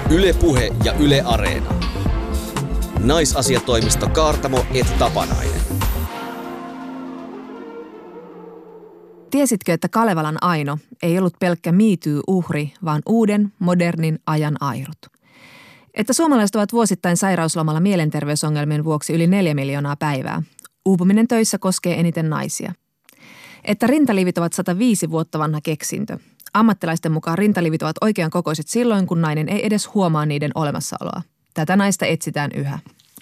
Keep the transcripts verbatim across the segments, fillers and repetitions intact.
Yle Puhe ja Yle Areena. Naisasiatoimisto Kaartamo et Tapanainen. Tiesitkö, että Kalevalan Aino ei ollut pelkkä Me Too-uhri, vaan uuden, modernin ajan airut? Että suomalaiset ovat vuosittain sairauslomalla mielenterveysongelmien vuoksi yli neljä miljoonaa päivää. Uupuminen töissä koskee eniten naisia. Että rintalivit ovat sata viisi vuotta vanha keksintö. Ammattilaisten mukaan rintalivit ovat oikean kokoiset silloin, kun nainen ei edes huomaa niiden olemassaoloa. Tätä naista etsitään yhä.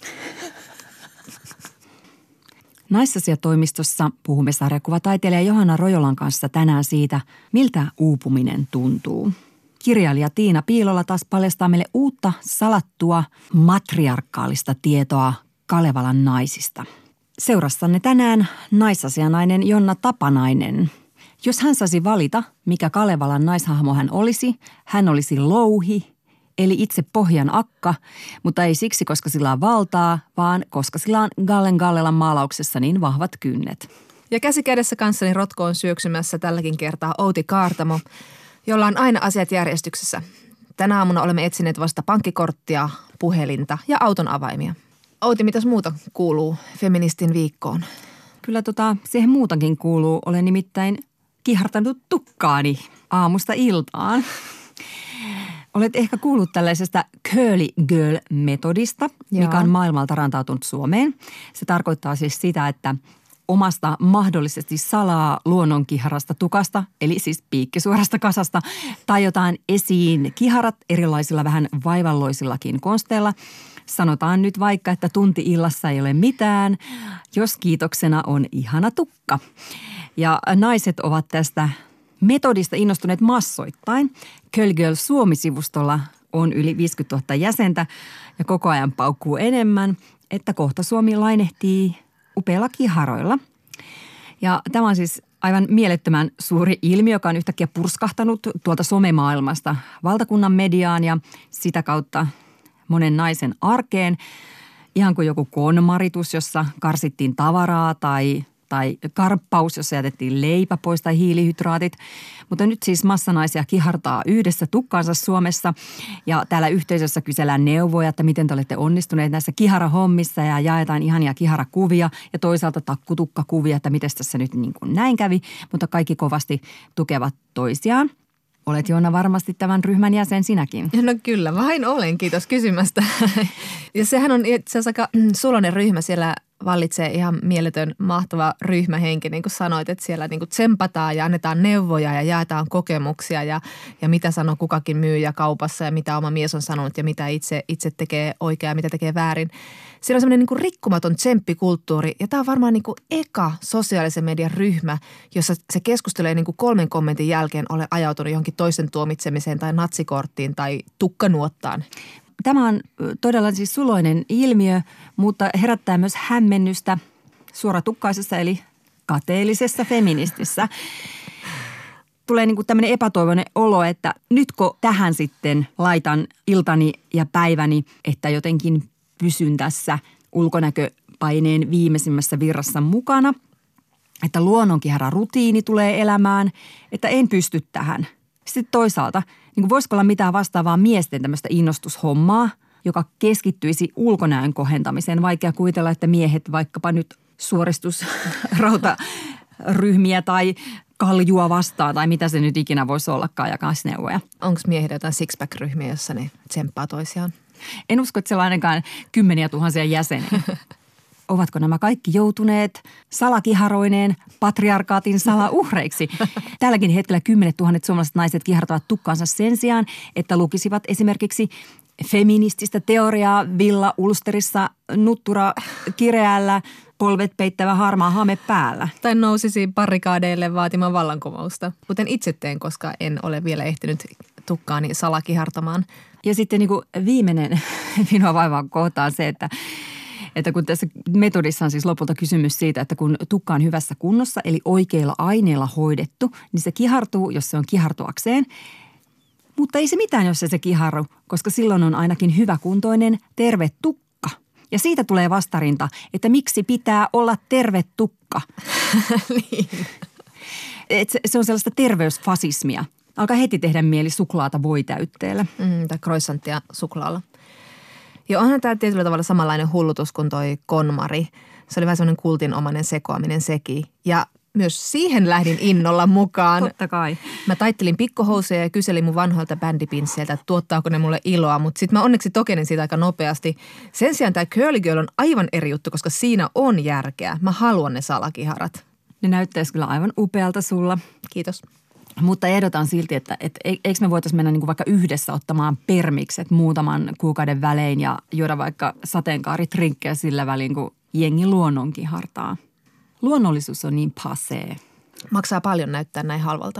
Naisasiatoimistossa puhumme sarjakuvataiteilija Johanna Rojolan kanssa tänään siitä, miltä uupuminen tuntuu. Kirjailija Tiina Piilola taas paljastaa meille uutta, salattua, matriarkaalista tietoa Kalevalan naisista. Seurassanne tänään naisasianainen Jonna Tapanainen. Jos hän saisi valita, mikä Kalevalan naishahmo hän olisi, hän olisi louhi, eli itse pohjan akka, mutta ei siksi, koska sillä on valtaa, vaan koska sillä on Gallen Gallelan maalauksessa niin vahvat kynnet. Ja käsi kädessä kanssani rotkoon syöksymässä tälläkin kertaa Outi Kaartamo, jolla on aina asiat järjestyksessä. Tänä aamuna olemme etsineet vasta pankkikorttia, puhelinta ja auton avaimia. Outi, mitäs muuta kuuluu feministin viikkoon? Kyllä tota, siihen muutakin kuuluu. Olen nimittäin kihartanut tukkaani aamusta iltaan. Olet ehkä kuullut tällaisesta curly girl-metodista, Jaa. mikä on maailmalta rantautunut Suomeen. Se tarkoittaa siis sitä, että omasta mahdollisesti salaa luonnonkiharasta tukasta, eli siis piikkisuorasta kasasta, taiotaan esiin kiharat erilaisilla vähän vaivalloisillakin konsteilla. Sanotaan nyt vaikka, että tunti illassa ei ole mitään, jos kiitoksena on ihana tukka. Ja naiset ovat tästä metodista innostuneet massoittain. Curly Girl Suomi-sivustolla on yli viisikymmentätuhatta jäsentä ja koko ajan paukkuu enemmän, että kohta Suomi lainehtii upeilla kiharoilla. Ja tämä on siis aivan mielettömän suuri ilmiö, joka on yhtäkkiä purskahtanut tuolta somemaailmasta valtakunnan mediaan ja sitä kautta monen naisen arkeen. Ihan kuin joku konmaritus, jossa karsittiin tavaraa tai, tai karppaus, jossa jätettiin leipä pois tai hiilihydraatit. Mutta nyt siis massanaisia kihartaa yhdessä tukkaansa Suomessa ja täällä yhteisössä kysellään neuvoja, että miten te olette onnistuneet näissä kiharahommissa ja jaetaan ihania kiharakuvia ja toisaalta takkutukkakuvia, että miten tässä nyt niin kuin näin kävi, mutta kaikki kovasti tukevat toisiaan. Olet Jonna varmasti tämän ryhmän jäsen sinäkin. No kyllä, vain olen. Kiitos kysymästä. Ja sehän on itse asiassa aika suloinen ryhmä. Siellä vallitsee ihan mieletön, mahtava ryhmähenki, niin kuin sanoit, että siellä niin kuin tsempataan ja annetaan neuvoja ja jaetaan kokemuksia ja, ja mitä sanoo kukakin myyjä kaupassa ja mitä oma mies on sanonut ja mitä itse, itse tekee oikein ja mitä tekee väärin. Siellä on semmoinen niin kuin rikkumaton tsemppikulttuuri ja tämä on varmaan niin kuin eka sosiaalisen median ryhmä, jossa se keskustelee niin kuin kolmen kommentin jälkeen ole ajautunut johonkin toisen tuomitsemiseen tai natsikorttiin tai tukkanuottaan. Tämä on todella siis suloinen ilmiö, mutta herättää myös hämmennystä suoratukkaisessa eli kateellisessa feministissä. Tulee niin kuin tämmöinen epätoivoinen olo, että nytkö tähän sitten laitan iltani ja päiväni, että jotenkin pysyn tässä ulkonäköpaineen viimeisimmässä virrassa mukana. Että luonnonkihara rutiini tulee elämään, että en pysty tähän. Sitten toisaalta, niin kuin voisiko olla mitään vastaavaa miesten tämmöistä innostushommaa, joka keskittyisi ulkonäön kohentamiseen. Vaikea kuvitella, että miehet vaikkapa nyt suoristusrautaryhmiä tai kaljua vastaan tai mitä se nyt ikinä voisi ollakaan ja neuvoja. Onko miehillä jotain six-pack-ryhmiä, jossa ne tsemppaa toisiaan? En usko, että siellä on ainakaan kymmeniä tuhansia jäseniä. Ovatko nämä kaikki joutuneet salakiharoineen patriarkaatin salauhreiksi? Tälläkin hetkellä kymmenet tuhannet suomalaiset naiset kihartavat tukkaansa sen sijaan, että lukisivat esimerkiksi feminististä teoriaa Villa Ulsterissa, nuttura kireällä, polvet peittävä harmaa hame päällä. Tai nousisi barrikaadeille vaatimaan vallankumousta, kuten itse teen, koska en ole vielä ehtinyt tukkaani salakihartamaan. Ja sitten niin kuin viimeinen minua vaivaa kohtaan se, että Että kun tässä metodissa on siis lopulta kysymys siitä, että kun tukka on hyvässä kunnossa, eli oikeilla aineilla hoidettu, niin se kihartuu, jos se on kihartuakseen. Mutta ei se mitään, jos se se kiharru, koska silloin on ainakin hyväkuntoinen terve tukka. Ja siitä tulee vastarinta, että miksi pitää olla terve tukka. Niin. Et se, se on sellaista terveysfasismia. Alkaa heti tehdä mieli suklaata voitäytteellä. Mm, tai croissanttia suklaalla. Ja onhan tämä tietyllä tavalla samanlainen hullutus kuin toi KonMari. Se oli vähän semmoinen kultinomainen sekoaminen sekin. Ja myös siihen lähdin innolla mukaan. Totta kai. Mä taittelin pikkuhousuja ja kyselin mun vanhoilta bändipinsseiltä, että tuottaako ne mulle iloa. Mutta sitten mä onneksi tokenin siitä aika nopeasti. Sen sijaan tämä Curly Girl on aivan eri juttu, koska siinä on järkeä. Mä haluan ne salakiharat. Ne näyttäisi kyllä aivan upealta sulla. Kiitos. Mutta ehdotan silti, että, että eikö me voitaisiin mennä niin kuin vaikka yhdessä ottamaan permikset muutaman kuukauden välein ja juoda vaikka sateenkaaritrinkkeä sillä välin, kun jengi luonnonkin hartaa. Luonnollisuus on niin passé. Maksaa paljon näyttää näin halvalta.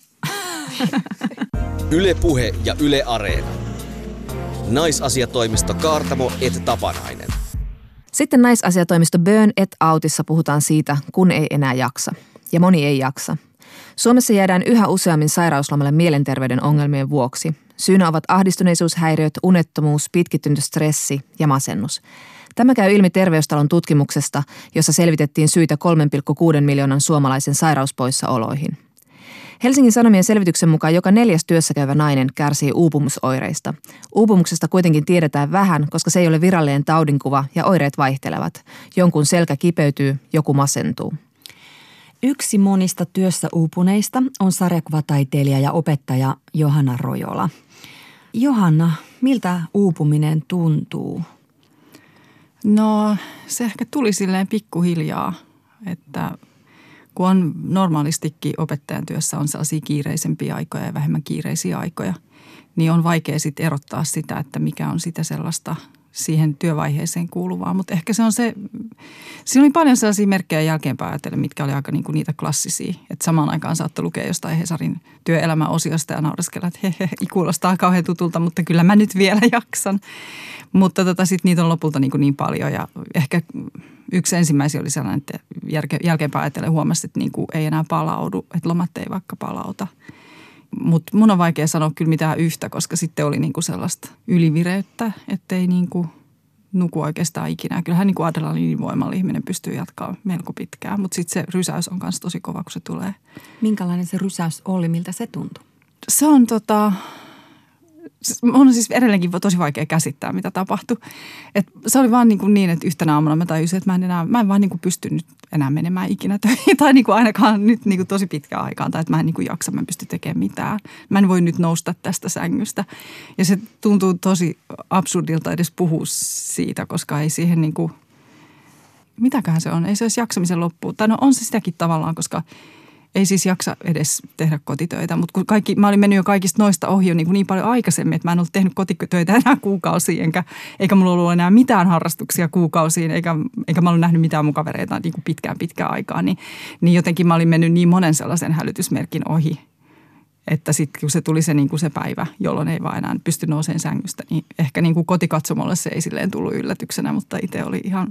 Yle Puhe ja Yle Areena. Naisasiatoimisto Kaartamo et Tapanainen. Sitten naisasiatoimisto Burn et Outissa puhutaan siitä, kun ei enää jaksa. Ja moni ei jaksa. Suomessa jäädään yhä useammin sairauslomalle mielenterveyden ongelmien vuoksi. Syynä ovat ahdistuneisuushäiriöt, unettomuus, pitkittynyt stressi ja masennus. Tämä käy ilmi Terveystalon tutkimuksesta, jossa selvitettiin syitä kolme pilkku kuusi miljoonan suomalaisen sairauspoissaoloihin. Helsingin Sanomien selvityksen mukaan joka neljäs työssäkäyvä nainen kärsii uupumusoireista. Uupumuksesta kuitenkin tiedetään vähän, koska se ei ole virallinen taudinkuva ja oireet vaihtelevat. Jonkun selkä kipeytyy, joku masentuu. Yksi monista työssä uupuneista on sarjakuvataiteilija ja opettaja Johanna Rojola. Johanna, miltä uupuminen tuntuu? No se ehkä tuli silleen pikkuhiljaa, että kun on normaalistikin opettajan työssä on sellaisia kiireisempiä aikoja ja vähemmän kiireisiä aikoja, niin on vaikea sitten erottaa sitä, että mikä on sitä sellaista siihen työvaiheeseen kuuluvaa. Mutta ehkä se on se, siinä oli paljon sellaisia merkkejä jälkeenpäin ajatellen, mitkä oli aika niinku niitä klassisia. Että samaan aikaan saattoi lukea jostain Hesarin työelämäosiosta ja nauraskella, että he, he, kuulostaa kauhean tutulta, mutta kyllä mä nyt vielä jaksan. Mutta tota, sitten niitä on lopulta niin, niin paljon ja ehkä yksi ensimmäisiä oli sellainen, että jälkeenpäin ajatellen huomasi, että niin kuin ei enää palaudu, että lomat ei vaikka palauta. Mutta mun on vaikea sanoa kyllä mitään yhtä, koska sitten oli niinku sellaista ylivireyttä, ettei niinku nuku oikeastaan ikinä. Kyllähän niinku adrenaliinivoimalla ihminen pystyy jatkaa melko pitkään, mutta sitten se rysäys on myös tosi kova, kun se tulee. Minkälainen se rysäys oli, miltä se tuntui? Se on tota, on siis edelleenkin tosi vaikea käsittää, mitä tapahtui. Et se oli vaan niin, kuin niin, että yhtenä aamuna mä tajusin, että mä en, enää, mä en vaan niin kuin pysty nyt enää menemään ikinä töihin. Tai niin kuin ainakaan nyt niin kuin tosi pitkään aikaan. Tai että mä en niin kuin jaksa, mä en pysty tekemään mitään. Mä en voi nyt nousta tästä sängystä. Ja se tuntuu tosi absurdilta edes puhua siitä, koska ei siihen niin kuin, mitäköhän se on? Ei se olisi jaksamisen loppuun. Tai no on se sitäkin tavallaan, koska ei siis jaksa edes tehdä kotitöitä, mutta kun kaikki, mä olin mennyt jo kaikista noista ohi jo niin, niin paljon aikaisemmin, että mä en ollut tehnyt kotitöitä enää kuukausiin, enkä, eikä mulla ollut enää mitään harrastuksia kuukausiin, eikä, eikä mä ollut nähnyt mitään mun kavereita niin kuin pitkään pitkään aikaa, niin, niin jotenkin mä olin mennyt niin monen sellaisen hälytysmerkin ohi, että sitten kun se tuli se, niin kuin se päivä, jolloin ei vaan enää pysty nousemaan sängystä, niin ehkä niin kuin kotikatsomolle se ei silleen tullut yllätyksenä, mutta itse oli ihan...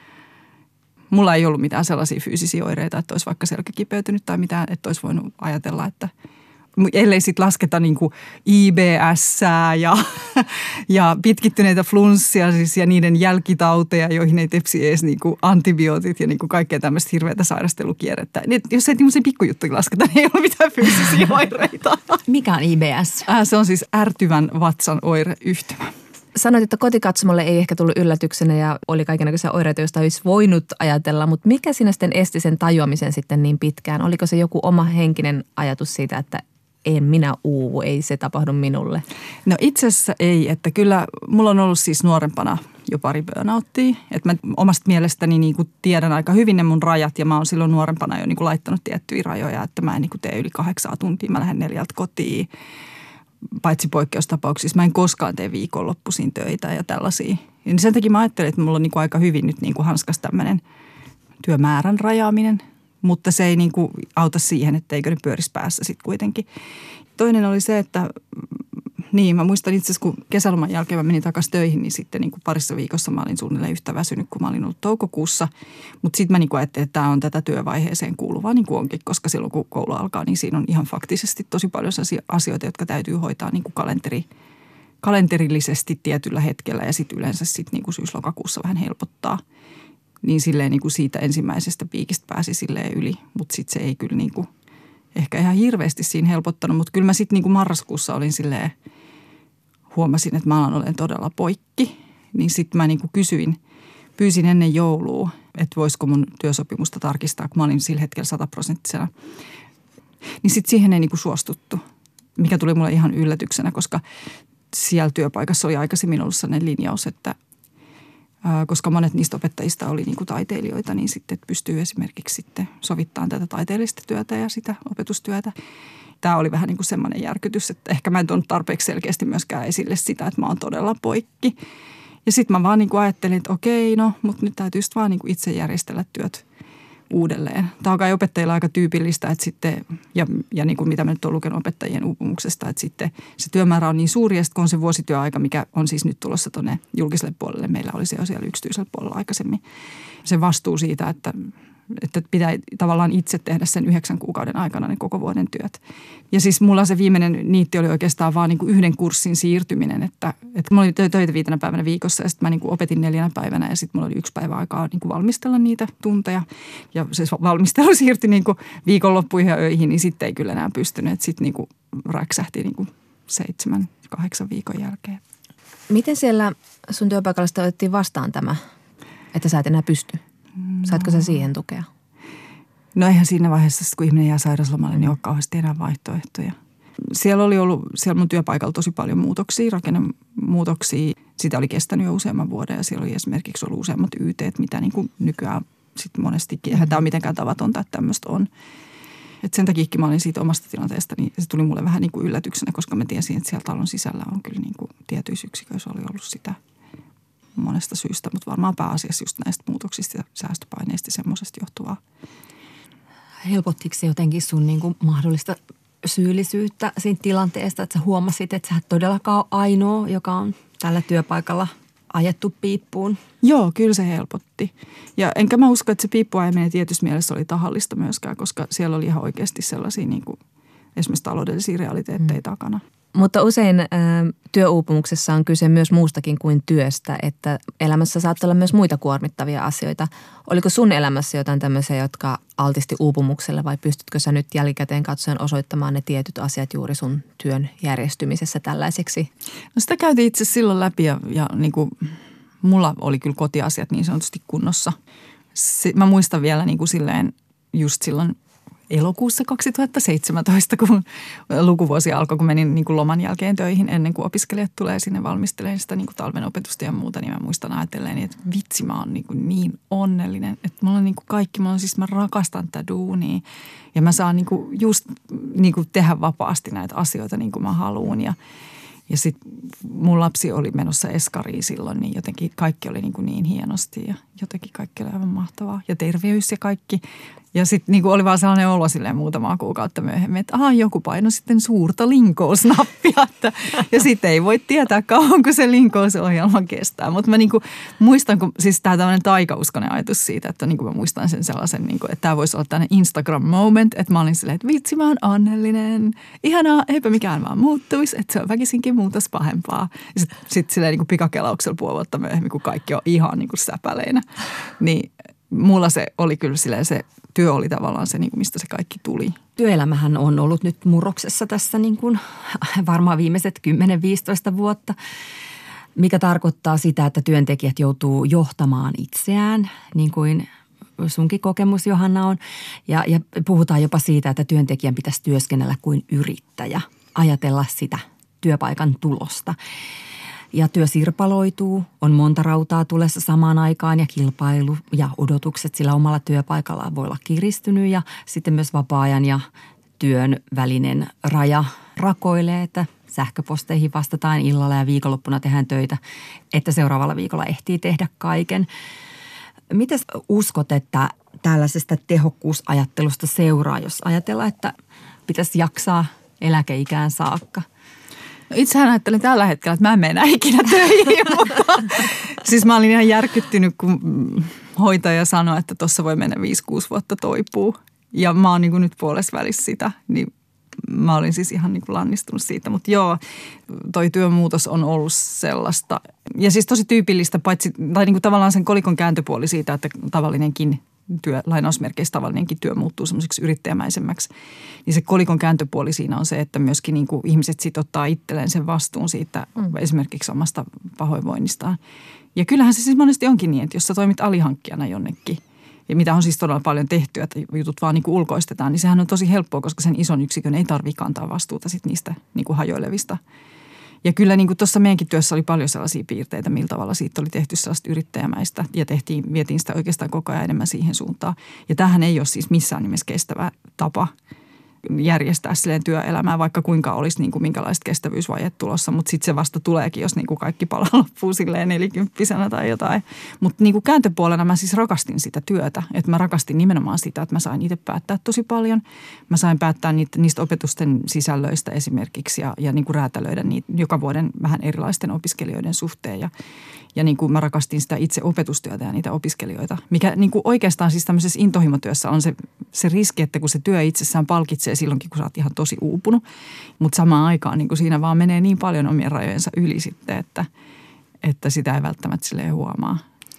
Mulla ei ollut mitään sellaisia fyysisiä oireita, että olisi vaikka selkä kipeytynyt tai mitään, että olisi voinut ajatella, että ellei sitten lasketa niin kuin I B S ja, ja pitkittyneitä flunssia siis ja niiden jälkitauteja, joihin ei tepsi edes niin kuin antibiootit ja niin kuin kaikkea tämmöistä hirveätä sairastelukierrettä. Niin, jos ei tämmöisiä pikkujuttuja lasketa, niin ei ole mitään fyysisiä oireita. Mikä on I B S? Äh, se on siis ärtyvän vatsan oireyhtymä. Sanoit, että kotikatsomolle ei ehkä tullut yllätyksenä ja oli kaikenlaisia oireita, joista olisi voinut ajatella, mutta mikä sinä sitten esti sen tajuamisen sitten niin pitkään? Oliko se joku oma henkinen ajatus siitä, että en minä uuvu, ei se tapahdu minulle? No itse asiassa ei, että kyllä mulla on ollut siis nuorempana jo pari burnouttia. Että mä omasta mielestäni niin kuin tiedän aika hyvin ne mun rajat ja mä oon silloin nuorempana jo niin kuin laittanut tiettyjä rajoja, että mä en niin kuin tee yli kahdeksaa tuntia, mä lähden neljältä kotiin. Paitsi poikkeustapauksissa. Mä en koskaan tee viikonloppuisin töitä ja tällaisia. Ja sen takia mä ajattelin, että mulla on niin kuin aika hyvin nyt niin kuin hanskas tämmöinen työmäärän rajaaminen. Mutta se ei niin kuin auta siihen, etteikö ne pyörisi päässä sitten kuitenkin. Toinen oli se, että niin mä muistan itse asiassa, kun kesäloman jälkeen mä menin takaisin töihin, niin sitten niin kuin parissa viikossa mä olin suunnilleen yhtä väsynyt, kun mä olin ollut toukokuussa. Mutta sitten mä niin kuin ajattelin, että tämä on tätä työvaiheeseen kuuluvaa niin kuin onkin, koska silloin kun koulu alkaa, niin siinä on ihan faktisesti tosi paljon asioita, jotka täytyy hoitaa niin kuin kalenteri, kalenterillisesti tietyllä hetkellä ja sitten yleensä sitten niin kuin syys-lokakuussa vähän helpottaa. Niin silleen niin kuin siitä ensimmäisestä piikistä pääsi silleen yli, mutta sitten se ei kyllä niin kuin ehkä ihan hirveästi siinä helpottanut, mutta kyllä mä sitten niin kuin marraskuussa olin silleen, huomasin, että mä alan olen todella poikki. Niin sitten mä niin kuin kysyin, pyysin ennen joulua, että voisiko mun työsopimusta tarkistaa, kun mä olin sillä hetkellä sataprosenttisena. Niin sitten siihen ei niin kuin suostuttu, mikä tuli mulle ihan yllätyksenä, koska siellä työpaikassa oli aikaisemmin ollut sellainen linjaus, että ää, koska monet niistä opettajista oli niin kuin taiteilijoita, niin sitten pystyy esimerkiksi sitten sovittamaan tätä taiteellista työtä ja sitä opetustyötä. Tämä oli vähän niin kuin semmoinen järkytys, että ehkä mä en tuonut tarpeeksi selkeästi myöskään esille sitä, että mä oon todella poikki. Ja sitten mä vaan niin kuin ajattelin, että okei, no, mutta nyt täytyy vaan niin kuin itse järjestellä työt uudelleen. Tämä on kai opettajilla aika tyypillistä, että sitten, ja, ja niin kuin mitä mä nyt olen lukenut opettajien uupumuksesta, että sitten se työmäärä on niin suuri, ja sitten kun on se vuosityöaika, mikä on siis nyt tulossa tuonne julkiselle puolelle, meillä oli se jo siellä yksityisellä puolella aikaisemmin, se vastuu siitä, että että pitää tavallaan itse tehdä sen yhdeksän kuukauden aikana ne koko vuoden työt. Ja siis mulla se viimeinen niitti oli oikeastaan vaan niin kuin yhden kurssin siirtyminen, että, että mulla oli töitä viitenä päivänä viikossa ja sitten mä niin kuin opetin neljänä päivänä ja sitten mulla oli yksi päivä aikaa niin kuin valmistella niitä tunteja. Ja se valmistelu siirtyi niin kuin viikonloppuihin ja öihin, niin sitten ei kyllä enää pystynyt, että sitten niin kuin räksähti niin kuin seitsemän, kahdeksan viikon jälkeen. Miten siellä sun työpaikalla sitä otettiin vastaan tämä, että sä et enää pysty? Saatko sä siihen tukea? No eihän siinä vaiheessa, kun ihminen jää sairauslomalle, niin ei ole kauheasti enää vaihtoehtoja. Siellä oli ollut, siellä mun työpaikalla tosi paljon muutoksia, rakennemuutoksia. Sitä oli kestänyt jo useamman vuoden ja siellä oli esimerkiksi ollut useammat Y T:t, mitä niin kuin nykyään sit monestikin. Eihän tämä ole mitenkään tavatonta, että tämmöistä on. Et sen takia mä olin siitä omasta tilanteesta, niin se tuli mulle vähän niin kuin yllätyksenä, koska mä tiesin, että siellä talon sisällä on kyllä niin kuin tietyissä yksiköissä oli ollut sitä monesta syystä, mutta varmaan pääasiassa just näistä muutoksista ja säästöpaineista ja semmoisesta johtuvaa. Helpottiko se jotenkin sun niin kuin mahdollista syyllisyyttä siitä tilanteesta, että sä huomasit, että sä et todellakaan ole ainoa, joka on tällä työpaikalla ajettu piippuun? Joo, kyllä se helpotti. Ja enkä mä usko, että se piippuajaminen tietyssä mielessä oli tahallista myöskään, koska siellä oli ihan oikeasti sellaisia niin kuin esimerkiksi taloudellisia realiteetteja mm. takana. Mutta usein ä, työuupumuksessa on kyse myös muustakin kuin työstä, että elämässä saattaa olla myös muita kuormittavia asioita. Oliko sun elämässä jotain tämmöisiä, jotka altisti uupumukselle vai pystytkö sä nyt jälkikäteen katsoen osoittamaan ne tietyt asiat juuri sun työn järjestymisessä tällaiseksi? No sitä käytiin itse silloin läpi ja, ja niin kuin mulla oli kyllä kotiasiat niin sanotusti kunnossa. Se, mä muistan vielä niin kuin silleen just silloin elokuussa kaksituhattaseitsemäntoista, kun lukuvuosi alkoi, kun menin niin kuin loman jälkeen töihin ennen kuin opiskelijat tulee sinne valmistelemaan sitä niin kuin talven opetusta ja muuta, niin mä muistan ajatelleen, että vitsi mä oon niin, kuin niin onnellinen, että mulla on niin kuin kaikki, mulla on siis mä rakastan tätä duunia ja mä saan niin kuin just niin kuin tehdä vapaasti näitä asioita niin kuin mä haluun ja Ja sitten mun lapsi oli menossa eskariin silloin, niin jotenkin kaikki oli niin, kuin niin hienosti ja jotenkin kaikki oli aivan mahtavaa. Ja terveys ja kaikki. Ja sitten niin oli vaan sellainen olo silleen muutamaa kuukautta myöhemmin, että aha, joku paino sitten suurta linkousnappia. Että, ja sitten ei voi tietää kauan, kun se linkousohjelma kestää. Mutta mä niin kuin muistan, kun siis tämä tämmöinen taikauskonen ajatus siitä, että niin kuin mä muistan sen sellaisen, niin kuin, että tämä voisi olla tämmöinen Instagram moment, että mä olin silleen, että vitsi mä oon onnellinen. Ihanaa, eipä mikään vaan muuttuisi, että se on väkisinkin muutos pahempaa. Ja sitten sit silleen niin kuin pikakelauksella puoli vuotta myöhemmin, kun kaikki on ihan niin kuin säpäleinä, niin mulla se oli kyllä silleen se työ oli tavallaan se, niin kuin mistä se kaikki tuli. Työelämähän on ollut nyt murroksessa tässä niin kuin varmaan viimeiset kymmenen viisitoista vuotta, mikä tarkoittaa sitä, että työntekijät joutuu johtamaan itseään, niin kuin sunkin kokemus Johanna on. Ja, ja puhutaan jopa siitä, että työntekijän pitäisi työskennellä kuin yrittäjä, ajatella sitä työpaikan tulosta. Ja työ sirpaloituu, on monta rautaa tulessa samaan aikaan ja kilpailu ja odotukset sillä omalla työpaikallaan voi olla kiristynyt ja sitten myös vapaa-ajan ja työn välinen raja rakoilee, että sähköposteihin vastataan illalla ja viikonloppuna tehdään töitä, että seuraavalla viikolla ehtii tehdä kaiken. Miten uskot, että tällaisesta tehokkuusajattelusta seuraa, jos ajatellaan, että pitäisi jaksaa eläkeikään saakka? No itsehän ajattelin tällä hetkellä, että mä en mene ikinä töihin, mutta siis mä olin ihan järkyttynyt, kun hoitaja sanoi, että tuossa voi mennä viisi kuusi vuotta toipuu. Ja mä oon niin kuin nyt puolessa välissä sitä, niin mä olin siis ihan niin kuin lannistunut siitä. Mutta joo, toi työmuutos on ollut sellaista ja siis tosi tyypillistä, paitsi tai niin kuin tavallaan sen kolikon kääntöpuoli siitä, että tavallinenkin työ, lainausmerkeissä tavallinenkin työ muuttuu semmoiseksi yrittäjämäisemmäksi. Niin se kolikon kääntöpuoli siinä on se, että myöskin niin kuin ihmiset sit ottaa itselleen sen vastuun siitä mm. esimerkiksi omasta pahoinvoinnistaan. Ja kyllähän se siis monesti onkin niin, että jos sä toimit alihankkijana jonnekin, ja mitä on siis todella paljon tehty, että jutut vaan niin kuin ulkoistetaan, niin sehän on tosi helppoa, koska sen ison yksikön ei tarvitse kantaa vastuuta sit niistä niin kuin hajoilevista. Ja kyllä niin kuin tuossa meidänkin työssä oli paljon sellaisia piirteitä, millä tavalla siitä oli tehty sellaista yrittäjämäistä ja tehtiin, vietiin sitä oikeastaan koko ajan enemmän siihen suuntaan. Ja tämähän ei ole siis missään nimessä kestävä tapa järjestää silleen työelämää, vaikka kuinka olisi niin kuin minkälaista kestävyysvajeet tulossa, mutta sitten se vasta tuleekin, jos niin kuin kaikki pala loppuu silleen nelikymppisenä tai jotain. Mutta niin kuin kääntöpuolena mä siis rakastin sitä työtä, että mä rakastin nimenomaan sitä, että mä sain itse päättää tosi paljon. Mä sain päättää niitä, niistä opetusten sisällöistä esimerkiksi ja, ja niin kuin räätälöidä niitä joka vuoden vähän erilaisten opiskelijoiden suhteen ja Ja niin kuin mä rakastin sitä itse opetustyötä ja niitä opiskelijoita, mikä niin kuin oikeastaan siis tämmöisessä intohimotyössä on se, se riski, että kun se työ itsessään palkitsee silloinkin, kun sä oot ihan tosi uupunut. Mutta samaan aikaan niin kuin siinä vaan menee niin paljon omien rajojensa yli sitten, että, että sitä ei välttämättä silleen huomaa.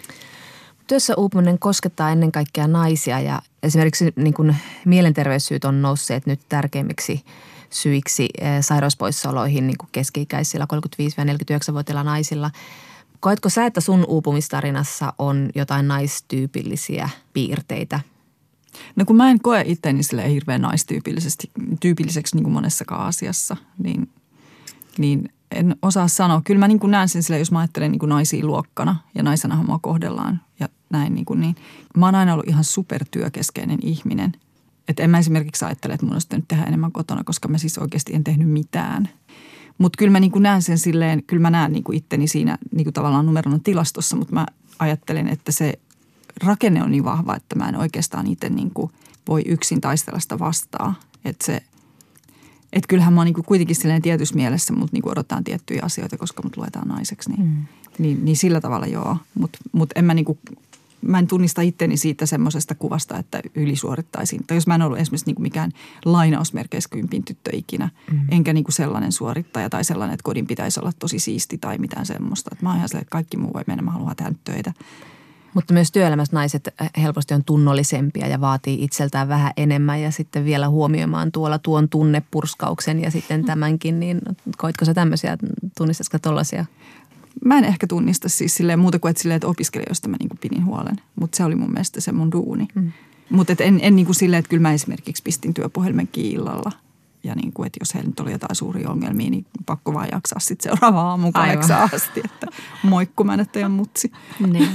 Työssä uupuminen koskettaa ennen kaikkea naisia ja esimerkiksi niin kuin mielenterveyssyyt on nousseet nyt tärkeimmiksi syiksi sairauspoissaoloihin niin kuin keski-ikäisillä kolmekymmentäviisi–neljäkymmentäyhdeksän-vuotiailla naisilla. Koetko sä, että sun uupumistarinassa on jotain naistyypillisiä piirteitä? No kun mä en koe itseäni silleen hirveän naistyypillisesti, tyypilliseksi niin kuin monessakaan asiassa, niin, niin en osaa sanoa. Kyllä mä niin kuin näen sen silleen, jos mä ajattelen niin kuin naisia luokkana ja naisenahan mua kohdellaan ja näin niin kuin niin. Mä oon aina ollut ihan supertyökeskeinen ihminen. Että en mä esimerkiksi ajattele, että mun olisi tehnyt tehdä enemmän kotona, koska mä siis oikeasti en tehnyt mitään. Mutta kyllä mä niin kuin näen sen silleen, kyllä mä näen niin kuin itteni siinä niin kuin tavallaan numeron tilastossa, mutta mä ajattelen, että se rakenne on niin vahva, että mä en oikeastaan itse niin kuin voi yksin taistella sitä vastaan. Että se, että kyllähän mä oon niin kuin kuitenkin silleen tietyssä mielessä, mutta niin kuin odotetaan tiettyjä asioita, koska mut luetaan naiseksi, niin, mm. niin, niin sillä tavalla joo. Mutta mut en mä niin kuin, mä en tunnista itteni siitä semmoisesta kuvasta, että ylisuorittaisin. Tai jos mä en ollut esimerkiksi niin kuin mikään lainausmerkeissä kympin tyttö ikinä, mm. enkä niin kuin sellainen suorittaja tai sellainen, että kodin pitäisi olla tosi siisti tai mitään semmoista. Että mä oon ihan sellainen, että kaikki muu voi mennä, mä haluan tehdä töitä. Mutta myös työelämässä naiset helposti on tunnollisempia ja vaatii itseltään vähän enemmän ja sitten vielä huomioimaan tuolla tuon tunnepurskauksen ja sitten tämänkin. Niin koitko sä tämmöisiä, tunnistatko tollaisia? Mä en ehkä tunnista siis silleen muuta kuin, että, silleen, että opiskelijoista mä niin kuin pidin huolen, mutta se oli mun mielestä se mun duuni. Mm. Mutta en, en niin kuin silleen, että kyllä mä esimerkiksi pistin työpuhelimen illalla ja niin kuin, että jos heillä nyt oli jotain suuria ongelmia, niin pakko vaan jaksaa sitten seuraava aamu kahdeksaan asti, että moikku mä nyt teidän mutsi. Niin.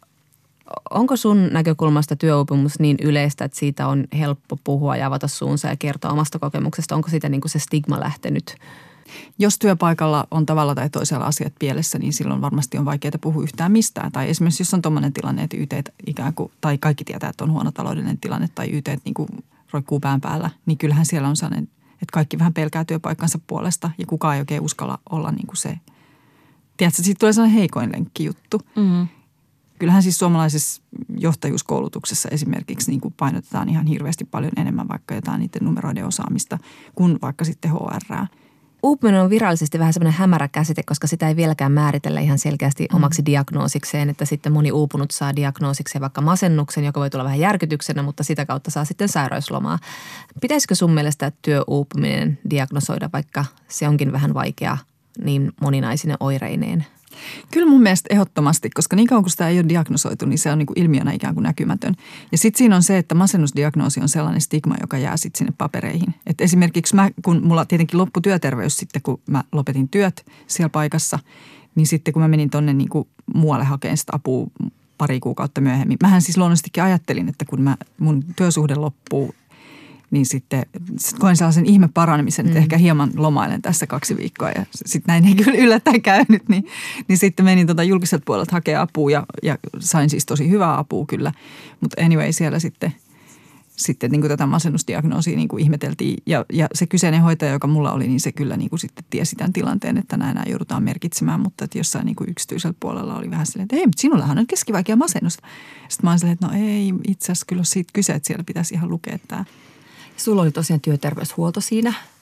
Onko sun näkökulmasta työuupumus niin yleistä, että siitä on helppo puhua ja avata suunsa ja kertoa omasta kokemuksesta? Onko siitä niin kuin se stigma lähtenyt? Jos työpaikalla on tavalla tai toisella asiat pielessä, niin silloin varmasti on vaikeaa puhua yhtään mistään. Tai esimerkiksi jos on tuommoinen tilanne, että Y T ikään kuin, tai kaikki tietää, että on huono taloudellinen tilanne tai Y T niin kuin roikkuu pään päällä, niin kyllähän siellä on sellainen, että kaikki vähän pelkää työpaikkansa puolesta ja kukaan ei oikein uskalla olla niin kuin se. Tiedätkö, siitä tulee sellainen heikoin lenkki juttu. Mm-hmm. Kyllähän siis suomalaisessa johtajuuskoulutuksessa esimerkiksi niin kuin painotetaan ihan hirveästi paljon enemmän vaikka jotain niiden numeroiden osaamista kuin vaikka sitten H R. Uupuminen on virallisesti vähän semmoinen hämärä käsite, koska sitä ei vieläkään määritellä ihan selkeästi omaksi diagnoosikseen, että sitten moni uupunut saa diagnoosikseen vaikka masennuksen, joka voi tulla vähän järkytyksenä, mutta sitä kautta saa sitten sairauslomaa. Pitäisikö sun mielestä työuupuminen diagnosoida, vaikka se onkin vähän vaikea niin moninaisine oireineen? Kyllä mun mielestä ehdottomasti, koska niin kauan kun sitä ei ole diagnosoitu, niin se on niin kuin ilmiönä ikään kuin näkymätön. Ja sitten siinä on se, että masennusdiagnoosi on sellainen stigma, joka jää sitten sinne papereihin. Et esimerkiksi mä, kun mulla tietenkin loppui työterveys sitten, kun mä lopetin työt siellä paikassa, niin sitten kun mä menin tonne niin kuin muualle hakemaan sitä apua pari kuukautta myöhemmin. Mähän siis luonnollisestikin ajattelin, että kun mä, mun työsuhde loppuu, niin sitten sit koen sellaisen ihme paranemisen, että mm. ehkä hieman lomailen tässä kaksi viikkoa ja sitten näin ei kyllä yllättäen käynyt. Niin, niin sitten menin tuota julkiselta puolelta hakea apua ja, ja sain siis tosi hyvää apua kyllä. Mutta anyway siellä sitten, sitten niin kuin tätä masennusdiagnoosia niin kuin ihmeteltiin. Ja, ja se kyseinen hoitaja, joka mulla oli, niin se kyllä niin kuin sitten tiesi tämän tilanteen, että näin joudutaan merkitsemään. Mutta että jossain niin kuin yksityisellä puolella oli vähän silleen, että hei, mutta sinullahan on keskivaikea masennus. Sitten mä olin silleen, että no ei itse asiassa kyllä ole siitä kyse, että siellä pitäisi ihan lukea tämä. Sulla oli tosiaan työterveyshuolto siinä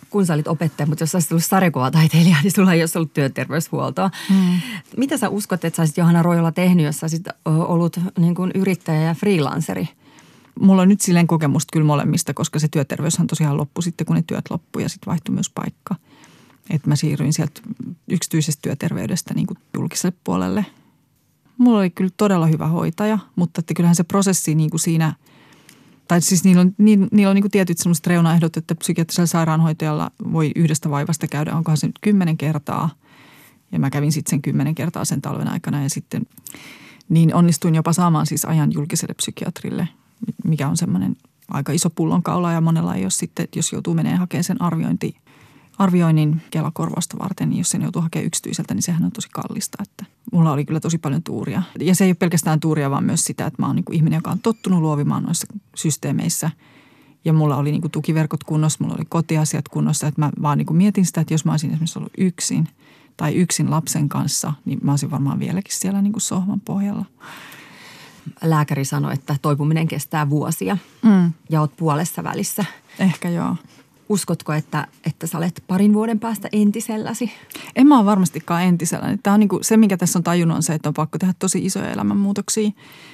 kun sä olit opettaja, mutta jos sä olisit ollut sarjakuvataiteilija, niin sulla ei olisi ollut työterveyshuoltoa. Mm. Mitä sä uskot, että sä olisit Johanna Rojola tehnyt, jos sä olisit ollut niin kuin yrittäjä ja freelanceri? Mulla on nyt silleen kokemusta kyllä molemmista, koska se työterveyshän tosiaan loppui sitten, kun ne työt loppui ja sitten vaihtui myös paikka. Että mä siirryin sieltä yksityisestä työterveydestä niin kuin julkiselle puolelle. Mulla oli kyllä todella hyvä hoitaja, mutta että kyllähän se prosessi niin kuin siinä, tai siis niillä on, niillä on niin kuin tietyt sellaiset reunaehdot, että psykiatrisella sairaanhoitajalla voi yhdestä vaivasta käydä, onkohan se nyt kymmenen kertaa. Ja mä kävin sitten sen kymmenen kertaa sen talven aikana ja sitten niin onnistuin jopa saamaan siis ajan julkiselle psykiatrille, mikä on semmoinen aika iso pullonkaula ja monella ei ole sitten, jos joutuu menemään hakemaan sen arviointi, arvioinnin Kela-korvausta varten, niin jos sen joutuu hakemaan yksityiseltä, niin sehän on tosi kallista. Että mulla oli kyllä tosi paljon tuuria. Ja se ei ole pelkästään tuuria, vaan myös sitä, että mä oon niin kuin ihminen, joka on tottunut luovimaan noissa systeemeissä. Ja mulla oli niin kuin tukiverkot kunnossa, mulla oli kotiasiat kunnossa, että mä vaan niin kuin mietin sitä, että jos mä olisin esimerkiksi ollut yksin tai yksin lapsen kanssa, niin mä olisin varmaan vieläkin siellä niin kuin sohvan pohjalla. Lääkäri sanoi, että toipuminen kestää vuosia Mm. ja oot puolessa välissä. Ehkä joo. Uskotko, että, että sä olet parin vuoden päästä entiselläsi? En mä ole varmastikaan entisellä. Tämä on niin kuin, se, mikä tässä on tajunnut, on se, että on pakko tehdä tosi isoja elämänmuutoksia.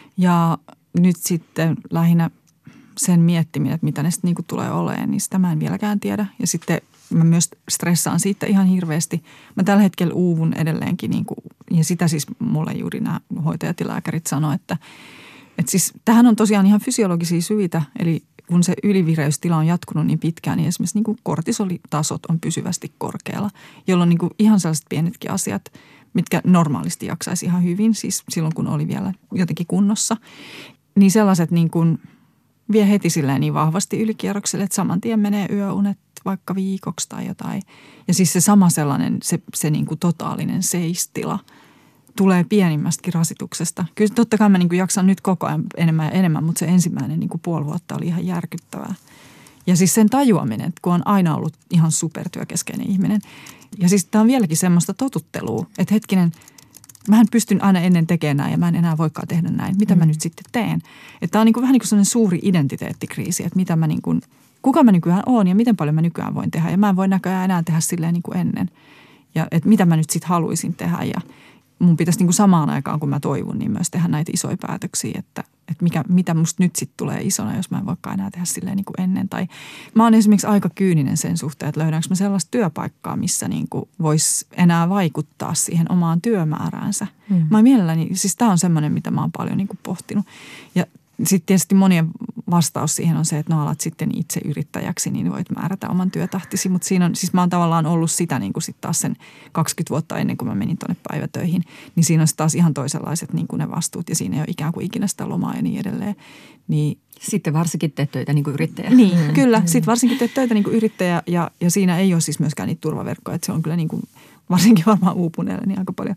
Ja nyt sitten lähinnä sen miettiminen, että mitä ne sitten niin kuin tulee olemaan, niin sitä mä en vieläkään tiedä. Ja sitten mä myös stressaan siitä ihan hirveästi. Mä tällä hetkellä uuvun edelleenkin, niin kuin, ja sitä siis mulle juuri nämä hoitajat ja lääkärit sanoo, että, että siis tähän on tosiaan ihan fysiologisia syitä, eli kun se ylivireystila on jatkunut niin pitkään, niin esimerkiksi niin kuin kortisolitasot on pysyvästi korkealla, jolloin niin kuin ihan sellaiset pienetkin asiat, mitkä normaalisti jaksaisi ihan hyvin, siis silloin kun oli vielä jotenkin kunnossa, niin sellaiset niin kuin vie heti silleen niin vahvasti ylikierrokselle, että saman tien menee yöunet vaikka viikoksi tai jotain. Ja siis se sama sellainen, se, se niin kuin totaalinen seistila tulee pienimmästäkin rasituksesta. Kyllä totta kai mä niin kuin jaksan nyt koko ajan enemmän ja enemmän, mutta se ensimmäinen niin kuin puoli vuotta oli ihan järkyttävää. Ja siis sen tajuaminen, kun on aina ollut ihan supertyökeskeinen ihminen. Ja siis tämä on vieläkin semmoista totuttelua, että hetkinen, mähän pystyn aina ennen tekemään näin ja mä en enää voikaan tehdä näin. Mitä mm. mä nyt sitten teen? Että tämä on niin kuin vähän niin kuin sellainen suuri identiteettikriisi, että mitä mä niin kuin, kuka mä nykyään oon ja miten paljon mä nykyään voin tehdä. Ja mä en voi näköjään enää tehdä silleen niin kuin ennen. Ja että mitä mä nyt sitten haluaisin tehdä ja mun pitäisi niin kuin samaan aikaan, kun mä toivon, niin myös tehdä näitä isoja päätöksiä, että, että mikä, mitä musta nyt sitten tulee isona, jos mä en voikaan enää tehdä silleen niin kuin ennen. Tai mä oon esimerkiksi aika kyyninen sen suhteen, että löydänkö mä sellaista työpaikkaa, missä niin kuin voisi enää vaikuttaa siihen omaan työmääräänsä. Mm. Mä mielelläni, siis tää on semmoinen, mitä mä oon paljon niin kuin pohtinut. Ja sitten tietysti monien vastaus siihen on se, että no alat sitten itse yrittäjäksi, niin voit määrätä oman työtahtisi. Mutta siinä on, siis mä oon tavallaan ollut sitä niin kuin sitten taas sen kaksikymmentä vuotta ennen kuin mä menin tuonne päivätöihin. Niin siinä on taas ihan toisenlaiset niin kuin ne vastuut ja siinä ei ole ikään kuin ikinä sitä lomaa ja niin edelleen. Niin, sitten varsinkin teet töitä niin kuin yrittäjä. Niin, mm. kyllä. Sitten varsinkin teet töitä niin kuin yrittäjä ja, ja siinä ei ole siis myöskään niitä turvaverkkoja. Että se on kyllä niin kuin, varsinkin varmaan uupuneelle niin aika paljon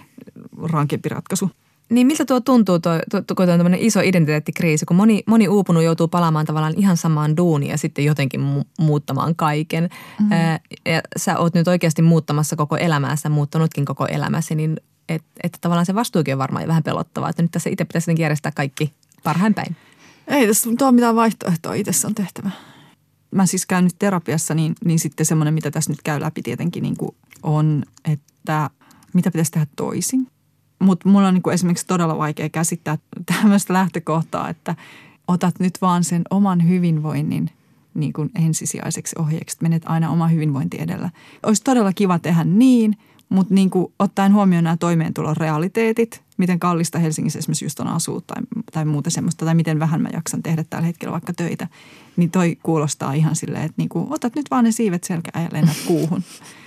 rankempi ratkaisu. Niin miltä tuo tuntuu, tuo, tuo, tuo, tuo tämmöinen iso identiteettikriisi, kun moni, moni uupunut joutuu palaamaan tavallaan ihan samaan duuniin ja sitten jotenkin mu- muuttamaan kaiken. Mm-hmm. Ää, ja sä oot nyt oikeasti muuttamassa koko elämääsi, muuttanutkin koko elämäsi, niin että et tavallaan se vastuukin on varmaan vähän pelottavaa, että nyt tässä itse pitäisi jotenkin järjestää kaikki parhain päin. Ei tässä ole mitään vaihtoehtoa, itse on tehtävä. Mä siis käyn nyt terapiassa, niin, niin sitten semmoinen, mitä tässä nyt käy läpi tietenkin niin kuin on, että mitä pitäisi tehdä toisin. Mutta mulla on niinku esimerkiksi todella vaikea käsittää tämmöistä lähtökohtaa, että otat nyt vaan sen oman hyvinvoinnin niin kuin ensisijaiseksi ohjeeksi, että menet aina oma hyvinvointi edellä. Olisi todella kiva tehdä niin, mutta niin kuin ottaen huomioon nämä toimeentulon realiteetit, miten kallista Helsingissä esimerkiksi just on asua tai, tai muuta semmoista, tai miten vähän mä jaksan tehdä tällä hetkellä vaikka töitä, niin toi kuulostaa ihan silleen, että niin kuin, otat nyt vaan ne siivet selkään ja lennät kuuhun.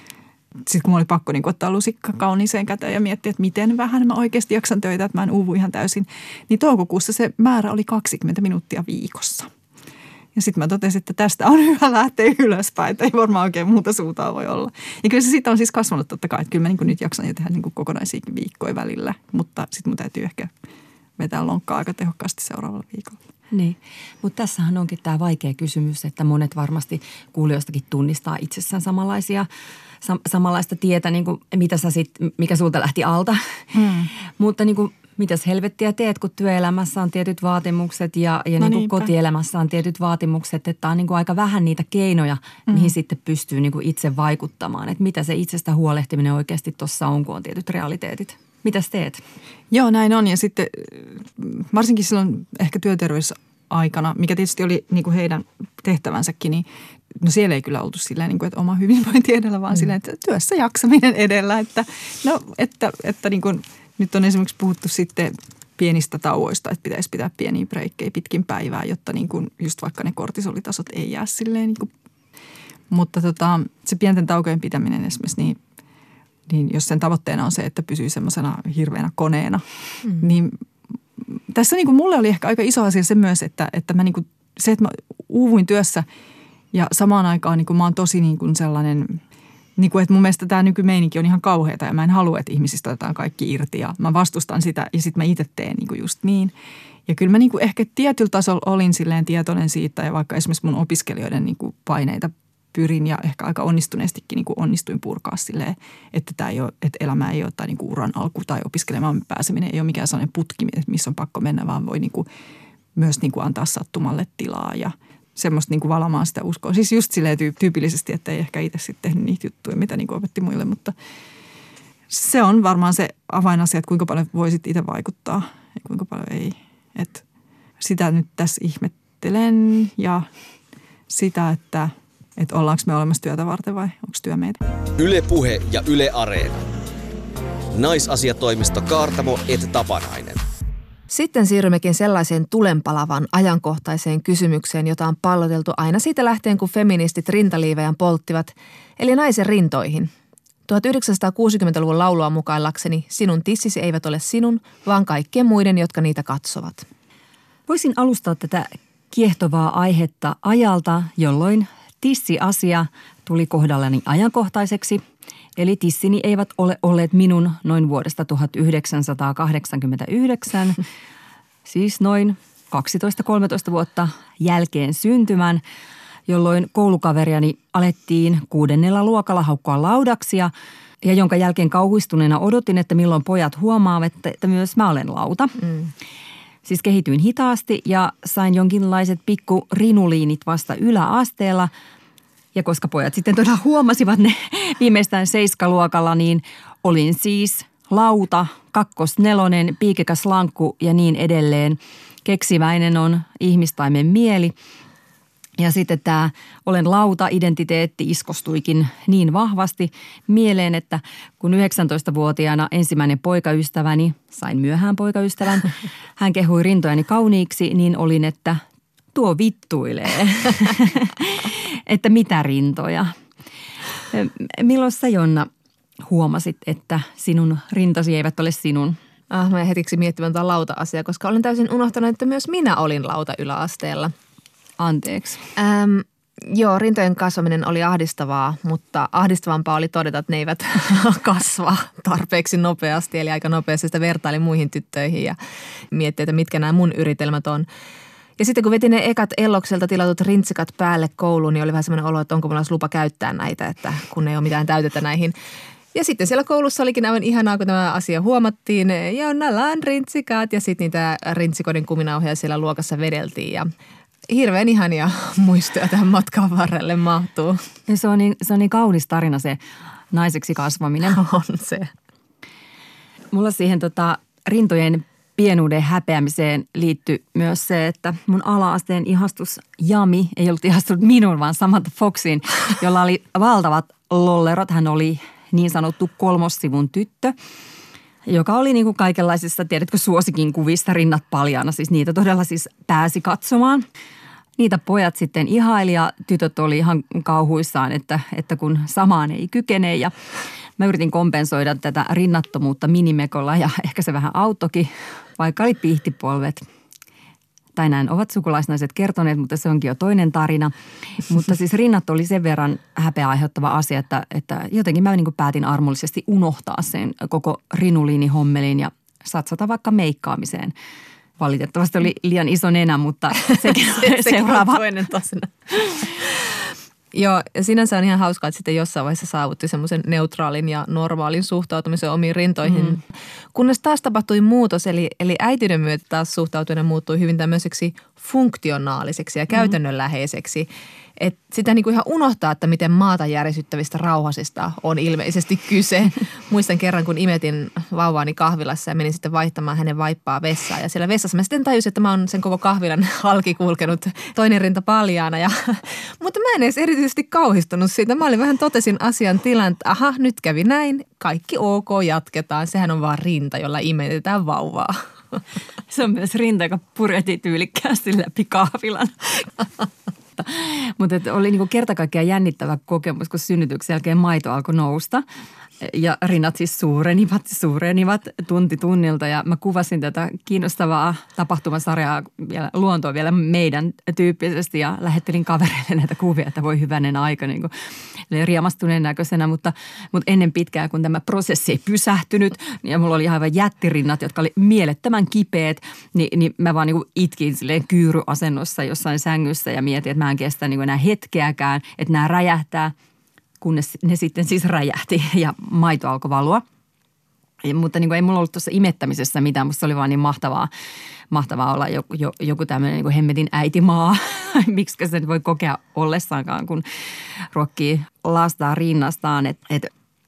Sitten kun mulla oli pakko niin ottaa lusikka kauniiseen käteen ja miettiä, että miten vähän mä oikeasti jaksan töitä, että mä en uuvu ihan täysin, niin toukokuussa se määrä oli kaksikymmentä minuuttia viikossa. Ja sitten mä totesin, että tästä on hyvä lähteä ylöspäin, että ei varmaan oikein muuta suuntaa voi olla. Ja kyllä se sitten on siis kasvanut totta kai, että kyllä mä niin nyt jaksan jo tehdä niin kokonaisiakin viikkoja välillä, mutta sitten mun täytyy ehkä vetää lonkkaa aika tehokkaasti seuraavalla viikolla. Niin, mutta tässähän onkin tämä vaikea kysymys, että monet varmasti kuulijoistakin tunnistaa itsessään samanlaisia, sam, samanlaista tietä, niin kuin mitä sä sit, mikä sulta lähti alta. Hmm. Mutta niin kuin Mitäs helvettiä teet, kun työelämässä on tietyt vaatimukset ja, ja No niin kuin niinpä. kotielämässä on tietyt vaatimukset, että on niin kuin aika vähän niitä keinoja, mm. mihin sitten pystyy niin kuin itse vaikuttamaan. Että mitä se itsestä huolehtiminen oikeasti tuossa on, kun on tietyt realiteetit. Mitäs teet? Joo, näin on. Ja sitten varsinkin silloin ehkä työterveysaikana, mikä tietysti oli niin kuin heidän tehtävänsäkin, niin no siellä ei kyllä oltu silleen, niin kuin, että oma hyvinvointi edellä, vaan mm. silleen, että työssä jaksaminen edellä. Että, no, että, että niin kuin, nyt on esimerkiksi puhuttu sitten pienistä tauoista, että pitäisi pitää pieniä breikkejä pitkin päivää, jotta niin kuin just vaikka ne kortisolitasot ei jää silleen. Niin kuin. Mutta tota, se pienten taukojen pitäminen esimerkiksi, niin, niin jos sen tavoitteena on se, että pysyy semmoisena hirveänä koneena, mm. niin tässä niin kuin mulle oli ehkä aika iso asia se myös, että, että mä niin kuin, se, että mä uuvuin työssä ja samaan aikaan niin kuin mä oon tosi niin kuin sellainen, niin kuin, että mun mielestä tämä nykymeininki on ihan kauheata ja mä en halua, että ihmisistä otetaan kaikki irti ja mä vastustan sitä ja sitten mä itse teen niin kuin just niin. Ja kyllä mä niin kuin ehkä tietyllä tasolla olin silleen tietoinen siitä ja vaikka esimerkiksi mun opiskelijoiden niin kuin paineita pyrin ja ehkä aika onnistuneestikin niin kuin onnistuin purkaa silleen, että, tämä ei ole, että elämä ei ole tai niin kuin uran alku tai opiskelemaan pääseminen ei ole mikään sellainen putki, missä on pakko mennä, vaan voi niin kuin myös niin kuin antaa sattumalle tilaa ja semmoista niin kuin valamaan sitä uskoa. Siis just silleen tyypillisesti, että ei ehkä itse sitten tehnyt niitä juttuja, mitä niin kuin opetti muille, mutta se on varmaan se avainasia, että kuinka paljon voisit itse vaikuttaa ja kuinka paljon ei. Että sitä nyt tässä ihmettelen ja sitä, että että ollaanko me olemassa työtä varten vai onko työ meitä. Yle Puhe ja Yle Areena. Naisasiatoimisto Kaartamo et Tapanainen. Sitten siirrymmekin sellaiseen tulenpalavan ajankohtaiseen kysymykseen, jota on palloteltu aina siitä lähtien, kun feministit rintaliivejään polttivat, eli naisen rintoihin. tuhatyhdeksänsataakuusikymmentäluvun laulua mukaillakseni sinun tissisi eivät ole sinun, vaan kaikkien muiden, jotka niitä katsovat. Voisin alustaa tätä kiehtovaa aihetta ajalta, jolloin tissiasia tuli kohdallani ajankohtaiseksi, eli tissini eivät ole olleet minun noin vuodesta tuhatyhdeksänsataakahdeksankymmentäyhdeksän, siis noin kaksitoista kolmetoista vuotta jälkeen syntymän, jolloin koulukaveriani alettiin kuudennella luokalla haukkoa laudaksia ja jonka jälkeen kauhistuneena odotin, että milloin pojat huomaavat, että myös mä olen lauta. Mm. Siis kehityin hitaasti ja sain jonkinlaiset pikku rinuliinit vasta yläasteella. Ja koska pojat sitten todella huomasivat ne viimeistään seiskaluokalla, niin olin siis lauta, kakkosnelonen, piikikäs lankku ja niin edelleen. Keksiväinen on ihmistaimen mieli. Ja sitten tämä olen lauta-identiteetti iskostuikin niin vahvasti mieleen, että kun yhdeksäntoistavuotiaana ensimmäinen poikaystäväni, sain myöhään poikaystävän, hän kehui rintojani kauniiksi, niin olin, että tuo vittuilee. Että mitä rintoja. Milloin sä, Jonna, huomasit, että sinun rintasi eivät ole sinun? Ah, mä hetiksi miettimään tuon lauta-asiaa, koska olen täysin unohtanut, että myös minä olin lauta yläasteella. Anteeksi. Ähm, joo, rintojen kasvaminen oli ahdistavaa, mutta ahdistavampaa oli todeta, että ne eivät kasva tarpeeksi nopeasti. Eli aika nopeasti sitä vertailin muihin tyttöihin ja miettii, että mitkä nämä mun yritelmät on. Ja sitten kun vetin ne ekat Ellokselta tilatut rintsikat päälle kouluun, niin oli vähän semmoinen olo, että onko mulla lupa käyttää näitä, että kun ei ole mitään täytetä näihin. Ja sitten siellä koulussa olikin aivan ihanaa, kun tämä asia huomattiin. Ja näillä on rintsikat ja sitten niitä rintsikodin kuminauhoja siellä luokassa vedeltiin ja hirveän ihania muistoja tähän matkan varrelle mahtuu. Ja se on niin, se on niin kaunis tarina se naiseksi kasvaminen. On se. Mulla siihen tota, rintojen pienuuden häpeämiseen liittyi myös se, että mun ala-asteen ihastus Jami ei ollut ihastunut minun, vaan Samantha Foxiin, jolla oli valtavat lollerot. Hän oli niin sanottu kolmossivun tyttö, joka oli niin kuin kaikenlaisissa, tiedätkö, suosikin kuvissa rinnat paljaana. Siis niitä todella siis pääsi katsomaan. Niitä pojat sitten ihaili ja tytöt oli ihan kauhuissaan, että, että kun samaan ei kykene. Ja mä yritin kompensoida tätä rinnattomuutta minimekolla ja ehkä se vähän auttokin, vaikka oli piihtipolvet. Tai näin ovat sukulaisnaiset kertoneet, mutta se onkin jo toinen tarina. Mutta siis rinnat oli sen verran häpeä aiheuttava asia, että, että jotenkin mä niin kuin päätin armollisesti unohtaa sen koko rinuliinihommelin ja satsata vaikka meikkaamiseen. Valitettavasti oli liian iso nenä, mutta sekin se, seuraava. toinen tasana. Joo, ja sinänsä on ihan hauskaa, että sitten jossain vaiheessa saavutti semmoisen neutraalin ja normaalin suhtautumisen omiin rintoihin. Mm. Kunnes taas tapahtui muutos, eli, eli äitiyden myötä taas suhtautuminen muuttui hyvin tämmöiseksi funktionaaliseksi ja käytännönläheiseksi. Että sitä niinku ihan unohtaa, että miten maata järisyttävistä rauhasista on ilmeisesti kyse. Muistan kerran, kun imetin vauvaani kahvilassa ja menin sitten vaihtamaan hänen vaippaa vessaan. Ja siellä vessassa mä sitten tajusin, että mä oon sen koko kahvilan halki kulkenut toinen rinta paljaana. Ja, mutta mä en edes erityisesti kauhistunut siitä. Mä olin vähän totesin asian tilan, että aha, nyt kävi näin. Kaikki ok, jatketaan. Sehän on vaan rinta, jolla imetetään vauvaa. Se on myös rinta, joka purjehtii tyylikkäästi läpi kahvilan. Mutta oli niinku kerta kaikkiaan jännittävä kokemus, kun synnytyksen jälkeen maito alkoi nousta. Ja rinnat siis suurenivat, suurenivat tunti tunnilta ja mä kuvasin tätä kiinnostavaa tapahtumasarjaa vielä, luontoa vielä meidän tyyppisesti ja lähettelin kavereille näitä kuvia, että voi hyvänen aika niin kuin riemastuneen näköisenä, mutta, mutta ennen pitkään kun tämä prosessi ei pysähtynyt ja mulla oli aivan jättirinnat, jotka oli mielettömän kipeät, niin, niin mä vaan niin kuin itkin silleen kyyryasennossa jossain sängyssä ja mietin, että mä en kestä niin kuin enää hetkeäkään, että nämä räjähtää. Kunnes ne sitten siis räjähti ja maito alkoi valua. Ja, mutta niin kuin ei mulla ollut tuossa imettämisessä mitään, musta oli vaan niin mahtavaa, mahtavaa olla joku, joku tämmöinen niin kuin hemmetin äitimaa. Miksikä se voi kokea ollessaankaan, kun ruokkii lastaan rinnastaan. Että et,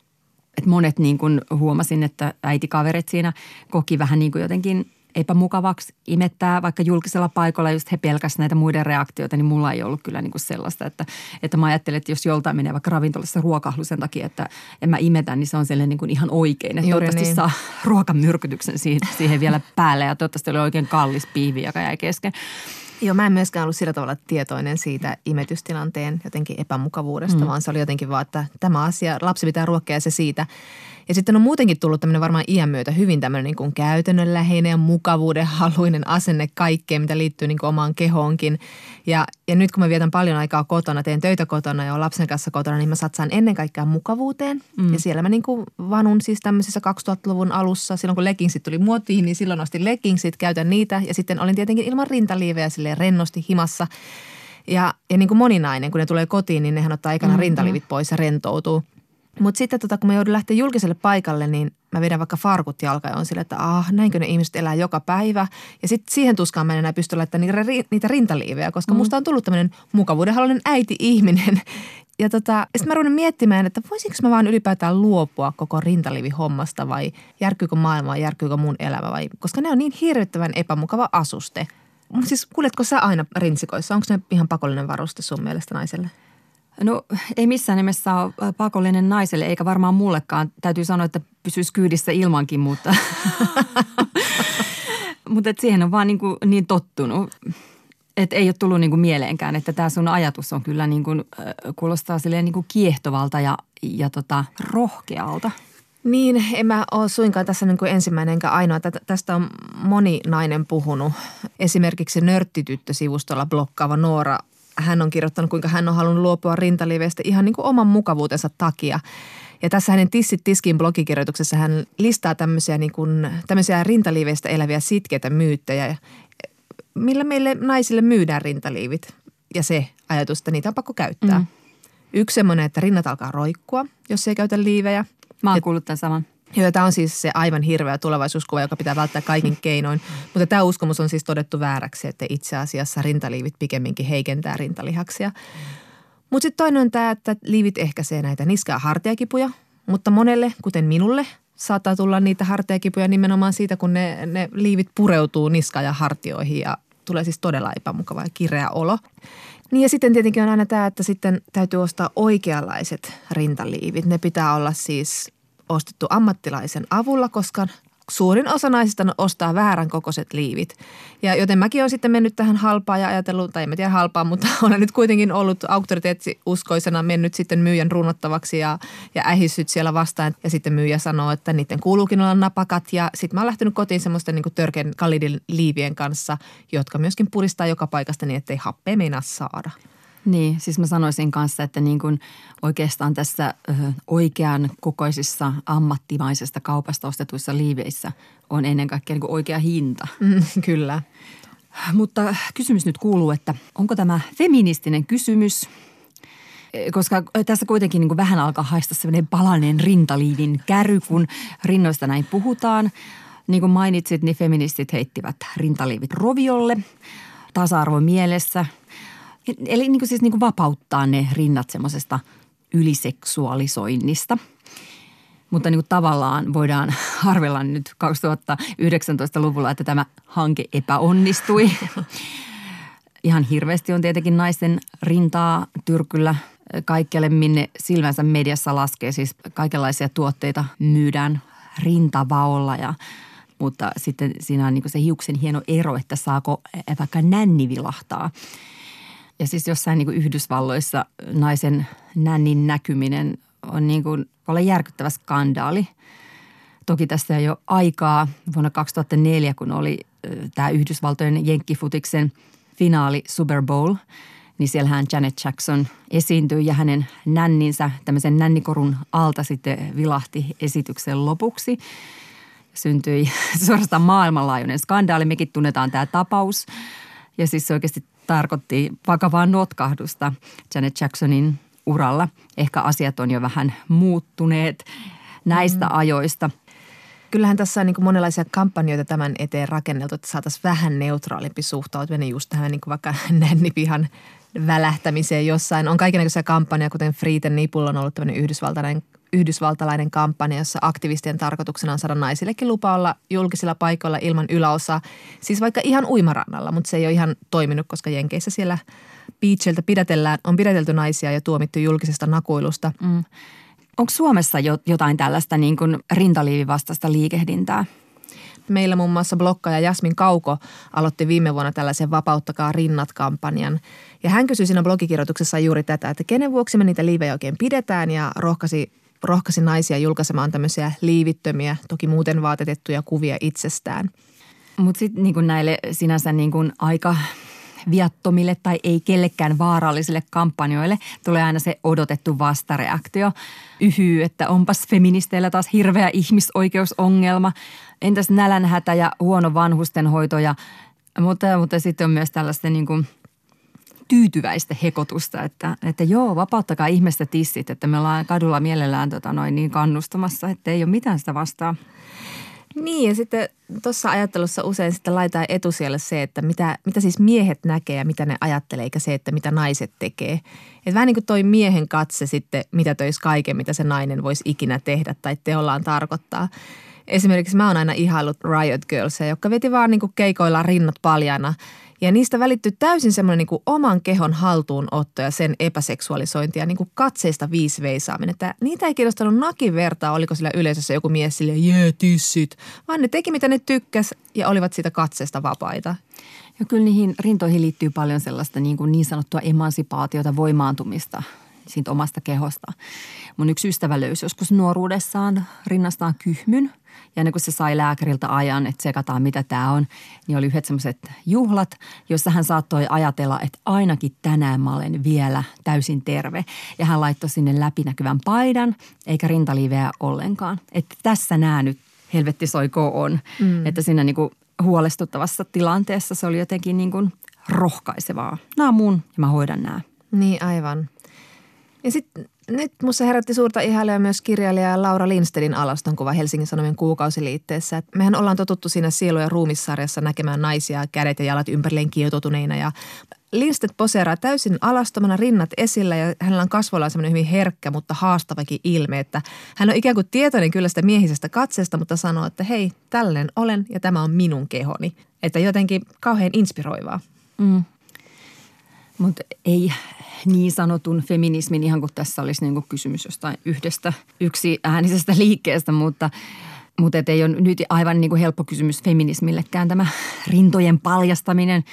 et monet niin kuin huomasin, että äitikaverit siinä koki vähän niin kuin jotenkin epämukavaksi imettää vaikka julkisella paikalla, just he pelkäsivät näitä muiden reaktioita, niin mulla ei ollut kyllä niin kuin sellaista, että, että mä ajattelin, että jos joltain menee vaikka ravintolassa ruokahlu sen takia, että en mä imetän, niin se on sellainen niin kuin ihan oikein, että Juuri toivottavasti niin. saa ruokamyrkytyksen siihen, siihen vielä päälle ja toivottavasti oli oikein kallis piivi, joka jäi kesken. Joo, mä en myöskään ollut sillä tavalla tietoinen siitä imetystilanteen jotenkin epämukavuudesta, mm. vaan se oli jotenkin vaan, että tämä asia, lapsi pitää ruokkia ja se siitä. Ja sitten on muutenkin tullut tämmöinen varmaan iän myötä hyvin tämmöinen niin kuin käytännönläheinen ja mukavuudenhaluinen asenne kaikkeen, mitä liittyy niin kuin omaan kehoonkin. Ja, ja nyt kun mä vietän paljon aikaa kotona, teen töitä kotona ja olen lapsen kanssa kotona, niin mä satsaan ennen kaikkea mukavuuteen. Mm. Ja siellä mä niin kuin vanun siis tämmöisessä kaksituhattaluvun alussa, silloin kun leggingsit tuli muotiin, niin silloin ostin leggingsit, käytän niitä. Ja sitten olin tietenkin ilman rintaliivejä silleen rennosti himassa. Ja, ja niin kuin moni nainen, kun ne tulee kotiin, niin nehän ottaa ekana mm-hmm. rintaliivit pois ja rentoutuu. Mutta sitten tota, kun mä joudun lähteä julkiselle paikalle, niin mä vedän vaikka farkut jalkaan ja on sille, että ah, näinkö ne ihmiset elää joka päivä. Ja sitten siihen tuskaan mä en enää pysty laittamaan niitä, niitä rintaliivejä, koska mm. musta on tullut tämmöinen mukavuudenhaluinen äiti-ihminen. Ja tota, sitten mä ruudin miettimään, että voisinko mä vaan ylipäätään luopua koko rintaliivihommasta vai järkyykö maailma vai järkyykö mun elämä vai, koska ne on niin hirvittävän epämukava asuste. Siis kuljetko sä aina rintsikoissa? Onko ne ihan pakollinen varuste sun mielestä naiselle? No ei missään nimessä ole pakollinen naiselle, eikä varmaan mullekaan. Täytyy sanoa, että pysyisi kyydissä ilmankin, mutta, mutta et siihen on vaan niin, kuin niin tottunut. Että ei ole tullut niin kuin mieleenkään, että tämä sun ajatus on kyllä niin kuin, kuulostaa silleen niin kuin kiehtovalta ja, ja tota, rohkealta. Niin, en mä ole suinkaan tässä niin kuin ensimmäinen enkä ainoa. Tästä on moni nainen puhunut. Esimerkiksi Nörttityttö-sivustolla blokkaava Noora. Hän on kirjoittanut, kuinka hän on halunnut luopua rintaliiveistä ihan niin kuin oman mukavuutensa takia. Ja tässä hänen Tissit tiskin blogikirjoituksessa hän listaa tämmöisiä, niin kuin, tämmöisiä rintaliiveistä eläviä sitkeitä myyttejä, millä meille naisille myydään rintaliivit. Ja se ajatus, että niitä on pakko käyttää. Mm. Yksi semmoinen, että rinnat alkaa roikkua, jos ei käytä liivejä. Mä oon kuullut tämän saman. Joo, tämä on siis se aivan hirveä tulevaisuuskuva, joka pitää välttää kaikin keinoin. Mutta tämä uskomus on siis todettu vääräksi, että itse asiassa rintaliivit pikemminkin heikentää rintalihaksia. Mutta sitten toinen on tämä, että liivit ehkäisee näitä niska- ja hartiakipuja, mutta monelle, kuten minulle, saattaa tulla niitä hartiakipuja nimenomaan siitä, kun ne, ne liivit pureutuu niska- ja hartioihin ja tulee siis todella epämukava ja kireä olo. Niin ja sitten tietenkin on aina tämä, että sitten täytyy ostaa oikeanlaiset rintaliivit. Ne pitää olla siis ostettu ammattilaisen avulla, koska suurin osa naisista ostaa väärän kokoiset liivit. Ja joten mäkin olen sitten mennyt tähän halpaan ja ajatellut, tai en mä tiedä halpaan, mutta olen nyt kuitenkin ollut auktoriteettiuskoisena mennyt sitten myyjän runnottavaksi ja, ja ähissyt siellä vastaan. Ja sitten myyjä sanoo, että niiden kuuluukin olla napakat. Ja sitten mä olen lähtenyt kotiin semmoisten niin kuin törkeän kalliiden liivien kanssa, jotka myöskin puristaa joka paikasta niin, ettei happea meinaa saada. Niin, siis mä sanoisin kanssa, että niin kuin oikeastaan tässä ö, oikean kokoisissa ammattimaisesta kaupasta ostetuissa liiveissä on ennen kaikkea niin kuin oikea hinta. Mm, kyllä. Mutta kysymys nyt kuuluu, että onko tämä feministinen kysymys? Koska tässä kuitenkin niin kuin vähän alkaa haista sellainen palaneen rintaliivin käry, kun rinnoista näin puhutaan. Niin kuin mainitsit, niin feministit heittivät rintaliivit roviolle tasa-arvon mielessä. Eli niin kuin siis niin kuin vapauttaa ne rinnat semmoisesta yliseksuaalisoinnista. Mutta niin kuin tavallaan voidaan arvella nyt kaksituhattayhdeksäntoista-luvulla, että tämä hanke epäonnistui. Ihan hirveästi on tietenkin naisten rintaa tyrkyllä kaikkialle, minne silmänsä mediassa laskee. Siis kaikenlaisia tuotteita myydään rintavaolla, ja, mutta sitten siinä on niin kuin se hiuksen hieno ero, että saako vaikka nänni vilahtaa. Ja siis jossain niin kuin Yhdysvalloissa naisen nännin näkyminen on niin kuin olla järkyttävä skandaali. Toki tässä jo aikaa vuonna kaksituhattaneljä, kun oli tämä Yhdysvaltojen jenkkifutiksen finaali Super Bowl, niin siellähän Janet Jackson esiintyi ja hänen nänninsä tämmöisen nännikorun alta sitten vilahti esityksen lopuksi. Syntyi suorastaan maailmanlaajuinen skandaali. Mekin tunnetaan tämä tapaus ja siis se oikeasti tarkoitti vakavaa notkahdusta Janet Jacksonin uralla. Ehkä asiat on jo vähän muuttuneet näistä mm. ajoista. Kyllähän tässä on niin kuin monenlaisia kampanjoita tämän eteen rakenneltu, että saataisiin vähän neutraalimpi suhtautuminen just tähän niin kuin vaikka nännipihan välähtämiseen jossain. On kaikenlaisia kampanjoja, kuten Free the Nipple on ollut tämmöinen yhdysvaltalainen, yhdysvaltalainen kampanja, jossa aktivistien tarkoituksena on saada naisillekin lupa olla julkisilla paikoilla ilman yläosaa. Siis vaikka ihan uimarannalla, mutta se ei ole ihan toiminut, koska Jenkeissä siellä beachiltä pidätellään, on pidätelty naisia ja tuomittu julkisesta nakuilusta. Mm. Onko Suomessa jotain tällaista niin kuin rintaliivivastaista liikehdintää? Meillä muun muassa blokkaaja Jasmin Kauko aloitti viime vuonna tällaisen Vapauttakaa rinnat-kampanjan. Ja hän kysyi siinä blogikirjoituksessa juuri tätä, että kenen vuoksi me niitä liivejä oikein pidetään ja rohkaisi, rohkaisi naisia julkaisemaan tämmöisiä liivittömiä, toki muuten vaatetettuja kuvia itsestään. Mutta sitten niin näille sinänsä niin kuin aika viattomille tai ei kellekään vaarallisille kampanjoille tulee aina se odotettu vastareaktio. Yhyy, että onpas feministeillä taas hirveä ihmisoikeusongelma. Entäs nälänhätä ja huono vanhustenhoito, ja, mutta, mutta sitten on myös tällaista niin kuin tyytyväistä hekotusta, että, että joo, vapauttakaa ihmistä tissit, että me ollaan kadulla mielellään tota noin niin kannustamassa, että ei ole mitään sitä vastaan. Niin, ja sitten tuossa ajattelussa usein sitten laitetaan etusijalle se, että mitä, mitä siis miehet näkee ja mitä ne ajattelee, eikä se, että mitä naiset tekee. Että vähän niin kuin toi miehen katse sitten, mitä töisi kaiken, mitä se nainen voisi ikinä tehdä tai teollaan tarkoittaa. Esimerkiksi mä oon aina ihaillut Riot Girlsia, jotka veti vaan niin kuin keikoillaan rinnat paljana. Ja niistä välittyi täysin semmoinen niin kuin oman kehon haltuunotto ja sen epäseksuaalisointi ja niin kuin katseista viisiveisaaminen. Että niitä ei kiinnostanut nakin vertaa, oliko sillä yleisössä joku mies silleen, jee, tissit. Vaan ne teki mitä ne tykkäs ja olivat siitä katseesta vapaita. Ja kyllä niihin rintoihin liittyy paljon sellaista niin, kuin niin sanottua emansipaatiota, voimaantumista siitä omasta kehosta. Mun yksi ystävä löysi joskus nuoruudessaan rinnastaan kyhmyn. Ja ennen kuin se sai lääkäriltä ajan, että sekataan mitä tämä on, niin oli yhdet sellaiset juhlat, jossa hän saattoi ajatella, että ainakin tänään mä olen vielä täysin terve. Ja hän laittoi sinne läpinäkyvän paidan, eikä rintaliiveä ollenkaan. Että tässä nämä nyt helvetti soikoo on. Mm. Että siinä niin kuin huolestuttavassa tilanteessa se oli jotenkin niin kuin rohkaisevaa. Nämä on mun ja mä hoidan nämä. Niin, aivan. Ja sitten nyt musta herätti suurta ihailua myös kirjailija Laura Lindstedin alastonkuva Helsingin Sanomien kuukausiliitteessä. Et mehän ollaan totuttu siinä Sielu- ja ruumissarjassa näkemään naisia kädet ja jalat ympärilleen kietoutuneina. Ja Lindsted poseeraa täysin alastomana, rinnat esillä, ja hänellä on kasvoillaan semmoinen hyvin herkkä, mutta haastavakin ilme. Että hän on ikään kuin tietoinen kyllä sitä miehisestä katseesta, mutta sanoo, että hei, tällainen olen ja tämä on minun kehoni. Että jotenkin kauhean inspiroivaa. Mm. Mutta ei niin sanotun feminismin, ihan kuin tässä olisi niin kuin kysymys jostain yhdestä yksi äänisestä liikkeestä, mutta, mutta et ei ole nyt aivan niin kuin helppo kysymys feminismillekään tämä rintojen paljastaminen.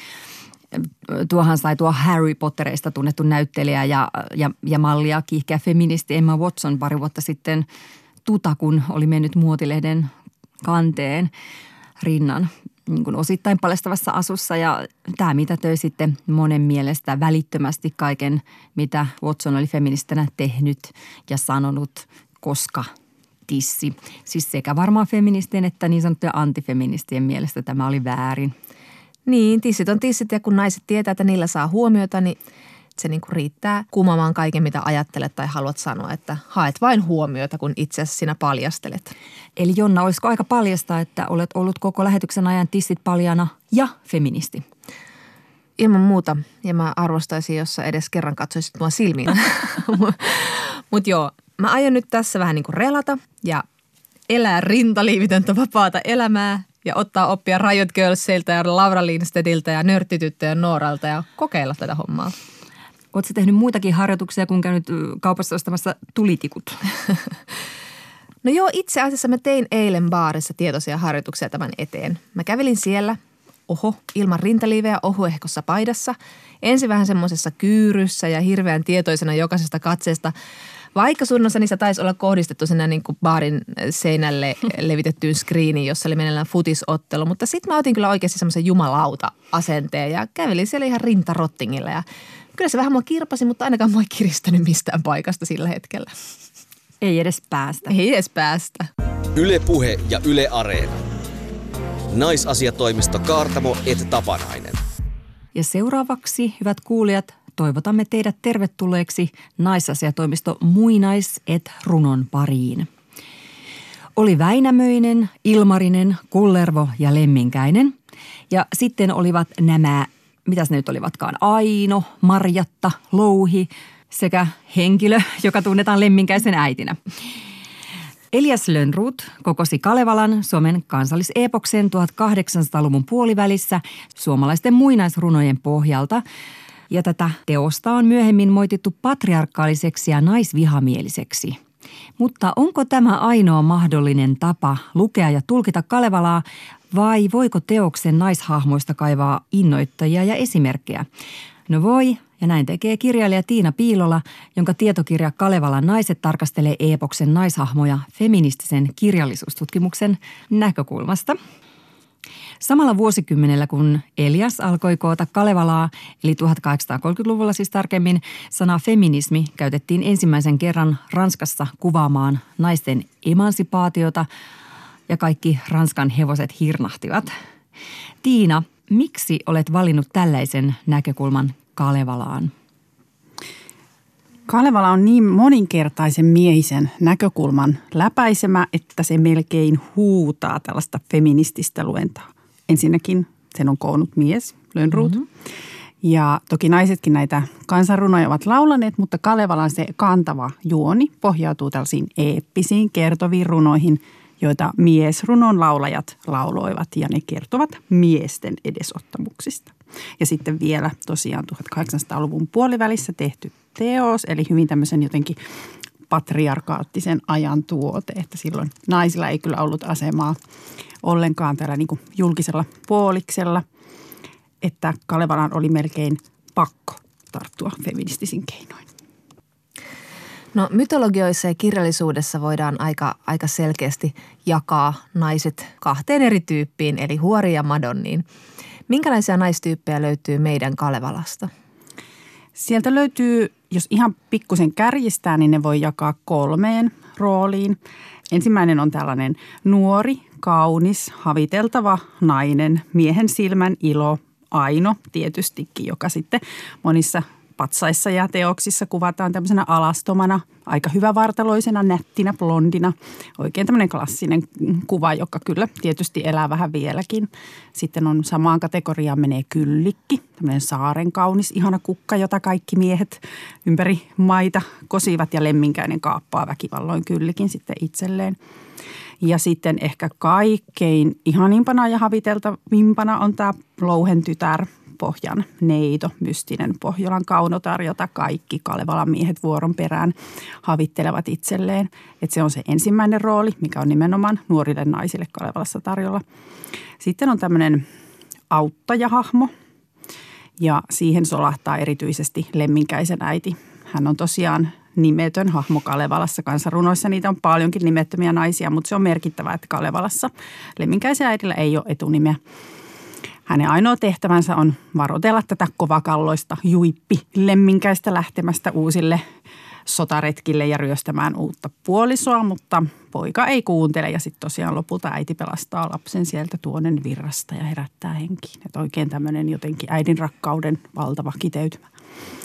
Tuohan sai tuo Harry Potterista tunnettu näyttelijä ja, ja, ja mallia kiihkeä feministi Emma Watson pari vuotta sitten tuta, kun oli mennyt muotilehden kanteen rinnan niin kuin osittain paljastavassa asussa, ja tämä mitätöi sitten monen mielestä välittömästi kaiken, mitä Watson oli feministinä tehnyt ja sanonut, koska tissi. Siis sekä varmaan feministien että niin sanottuja antifeministien mielestä tämä oli väärin. Niin, tissit on tissit, ja kun naiset tietää, että niillä saa huomiota, niin se niinku riittää kumoamaan kaiken, mitä ajattelet tai haluat sanoa, että haet vain huomiota, kun itse asiassa sinä paljastelet. Eli Jonna, olisiko aika paljastaa, että olet ollut koko lähetyksen ajan tissit paljana ja feministi? Ilman muuta. Ja mä arvostaisin, jos sä edes kerran katsoisit mua silmiin. Mutta joo, mä aion nyt tässä vähän niin kuin relata ja elää rintaliivitöntä vapaata elämää ja ottaa oppia Riot Girlsilta ja Laura Lindstediltä ja Nörttityttöjen Nooralta ja kokeilla tätä hommaa. Oletko tehnyt muitakin harjoituksia, kun käynyt kaupassa ostamassa tulitikut? No joo, itse asiassa mä tein eilen baarissa tietoisia harjoituksia tämän eteen. Mä kävelin siellä, oho, ilman rintaliiveä ohuehkossa paidassa. Ensin vähän semmoisessa kyyryssä ja hirveän tietoisena jokaisesta katseesta. Vaikka suurin osa niistä taisi olla kohdistettu sinne niin kuin baarin seinälle levitettyyn screeniin, jossa oli meneillään futisottelu. Mutta sitten mä otin kyllä oikeasti semmoisen jumalauta-asenteen ja kävelin siellä ihan rintarottingilla. Ja kyllä se vähän mua kirpasi, mutta ainakaan mua ei kiristänyt mistään paikasta sillä hetkellä. Ei edes päästä. Ei edes päästä. Yle Puhe ja Yle Areena. Naisasiatoimisto Kaartamo et Tapanainen. Ja seuraavaksi, hyvät kuulijat, toivotamme teidät tervetulleeksi naisasiatoimisto Muinais et runon pariin. Oli Väinämöinen, Ilmarinen, Kullervo ja Lemminkäinen. Ja sitten olivat nämä, mitäs ne nyt olivatkaan, Aino, Marjatta, Louhi sekä henkilö, joka tunnetaan Lemminkäisen äitinä. Elias Lönnrot kokosi Kalevalan Suomen kansalliseepoksen tuhatkahdeksansataaluvun puolivälissä suomalaisten muinaisrunojen pohjalta. Ja tätä teosta on myöhemmin moitittu patriarkaaliseksi ja naisvihamieliseksi. Mutta onko tämä ainoa mahdollinen tapa lukea ja tulkita Kalevalaa vai voiko teoksen naishahmoista kaivaa innoittajia ja esimerkkejä? No voi, ja näin tekee kirjailija Tiina Piilola, jonka tietokirja Kalevalan naiset tarkastelee eepoksen naishahmoja feministisen kirjallisuustutkimuksen näkökulmasta. Samalla vuosikymmenellä, kun Elias alkoi koota Kalevalaa, eli tuhatkahdeksansataakolmekymmentäluvulla siis tarkemmin, sana feminismi käytettiin ensimmäisen kerran Ranskassa kuvaamaan naisten emansipaatiota ja kaikki Ranskan hevoset hirnahtivat. Tiina, miksi olet valinnut tällaisen näkökulman Kalevalaan? Kalevala on niin moninkertaisen miehisen näkökulman läpäisemä, että se melkein huutaa tällaista feminististä luentaa. Ensinnäkin sen on koonnut mies, Lönnrot. Mm-hmm. Ja toki naisetkin näitä kansanrunoja ovat laulaneet, mutta Kalevalan se kantava juoni pohjautuu tällaisiin eeppisiin kertoviin runoihin, joita miesrunon laulajat lauloivat ja ne kertovat miesten edesottamuksista. Ja sitten vielä tosiaan tuhatkahdeksansataaluvun puolivälissä tehty teos, eli hyvin tämmöisen jotenkin patriarkaattisen ajan tuote, että silloin naisilla ei kyllä ollut asemaa ollenkaan täällä niin kuin julkisella puoliksella, että Kalevalan oli melkein pakko tarttua feministisin keinoin. No mytologioissa ja kirjallisuudessa voidaan aika, aika selkeästi jakaa naiset kahteen eri tyyppiin, eli huoriin ja madonniin. Minkälaisia naistyyppejä löytyy meidän Kalevalasta? Sieltä löytyy, jos ihan pikkusen kärjistää, niin ne voi jakaa kolmeen rooliin. Ensimmäinen on tällainen nuori, kaunis, haviteltava nainen, miehen silmän ilo, Aino tietystikin, joka sitten monissa patsaissa ja teoksissa kuvataan tämmöisenä alastomana, aika hyvävartaloisena, nättinä, blondina. Oikein tämmöinen klassinen kuva, joka kyllä tietysti elää vähän vieläkin. Sitten on samaan kategoriaan menee Kyllikki, tämmöinen saaren kaunis, ihana kukka, jota kaikki miehet ympäri maita kosivat ja Lemminkäinen kaappaa väkivalloin Kyllikin sitten itselleen. Ja sitten ehkä kaikkein ihanimpana ja haviteltavimpana on tämä Louhen tytär, Pohjan neito, mystinen Pohjolan kaunotar, jota kaikki Kalevalan miehet vuoron perään havittelevat itselleen. Että se on se ensimmäinen rooli, mikä on nimenomaan nuorille naisille Kalevalassa tarjolla. Sitten on tämmöinen auttajahahmo ja siihen solahtaa erityisesti Lemminkäisen äiti. Hän on tosiaan nimetön hahmo Kalevalassa. Kansanrunoissa niitä on paljonkin nimettömiä naisia, mutta se on merkittävää, että Kalevalassa Lemminkäisen äidillä ei ole etunimeä. Hänen ainoa tehtävänsä on varoitella tätä kovakalloista juippi Lemminkäistä lähtemästä uusille sotaretkille ja ryöstämään uutta puolisoa, mutta poika ei kuuntele ja sitten tosiaan lopulta äiti pelastaa lapsen sieltä tuonen virrasta ja herättää henkiin. Että oikein tämmöinen jotenkin äidin rakkauden valtava kiteytymä.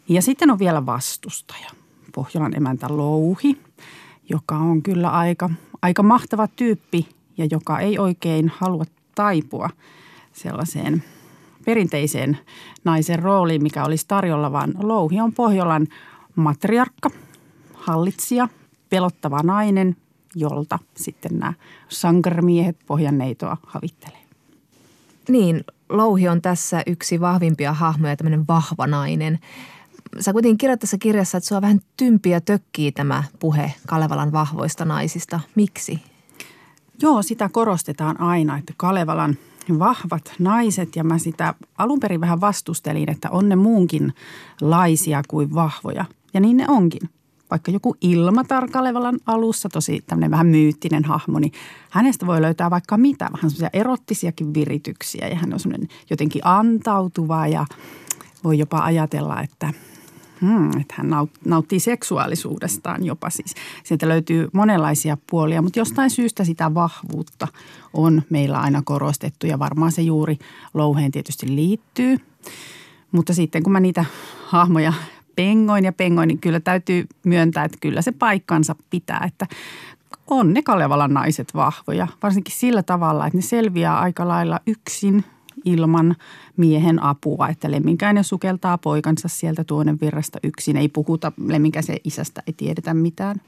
Ja sitten on vielä vastustaja, Pohjolan emäntä Louhi, joka on kyllä aika, aika mahtava tyyppi ja joka ei oikein halua taipua sellaiseen perinteiseen naisen rooliin, mikä olisi tarjolla, vaan Louhi on Pohjolan matriarkka, hallitsija, pelottava nainen, jolta sitten nämä sankarmiehet Pohjanneitoa havittelee. Niin, Louhi on tässä yksi vahvimpia hahmoja, tämmöinen vahva nainen. Sä kuitenkin kirjoit tässä kirjassa, että sua vähän tympiä tökkii tämä puhe Kalevalan vahvoista naisista. Miksi? Joo, sitä korostetaan aina, että Kalevalan vahvat naiset, ja mä sitä alun perin vähän vastustelin, että on ne muunkinlaisia kuin vahvoja. Ja niin ne onkin. Vaikka joku Ilmatar Kalevalan alussa, tosi tämmöinen vähän myyttinen hahmo, niin hänestä voi löytää vaikka mitä. Vähän semmoisia erottisiakin virityksiä ja hän on semmoinen jotenkin antautuva ja voi jopa ajatella, että, hmm, että hän nauttii seksuaalisuudestaan jopa siis. Sieltä löytyy monenlaisia puolia, mutta jostain syystä sitä vahvuutta on meillä aina korostettu ja varmaan se juuri Louheen tietysti liittyy. Mutta sitten kun mä niitä hahmoja pengoin ja pengoin, niin kyllä täytyy myöntää, että kyllä se paikkansa pitää, että on ne Kalevalan naiset vahvoja. Varsinkin sillä tavalla, että ne selviää aika lailla yksin ilman miehen apua, että Lemminkäinen sukeltaa poikansa sieltä Tuonen virrasta yksin. Ei puhuta Lemminkäisen isästä, ei tiedetä mitään.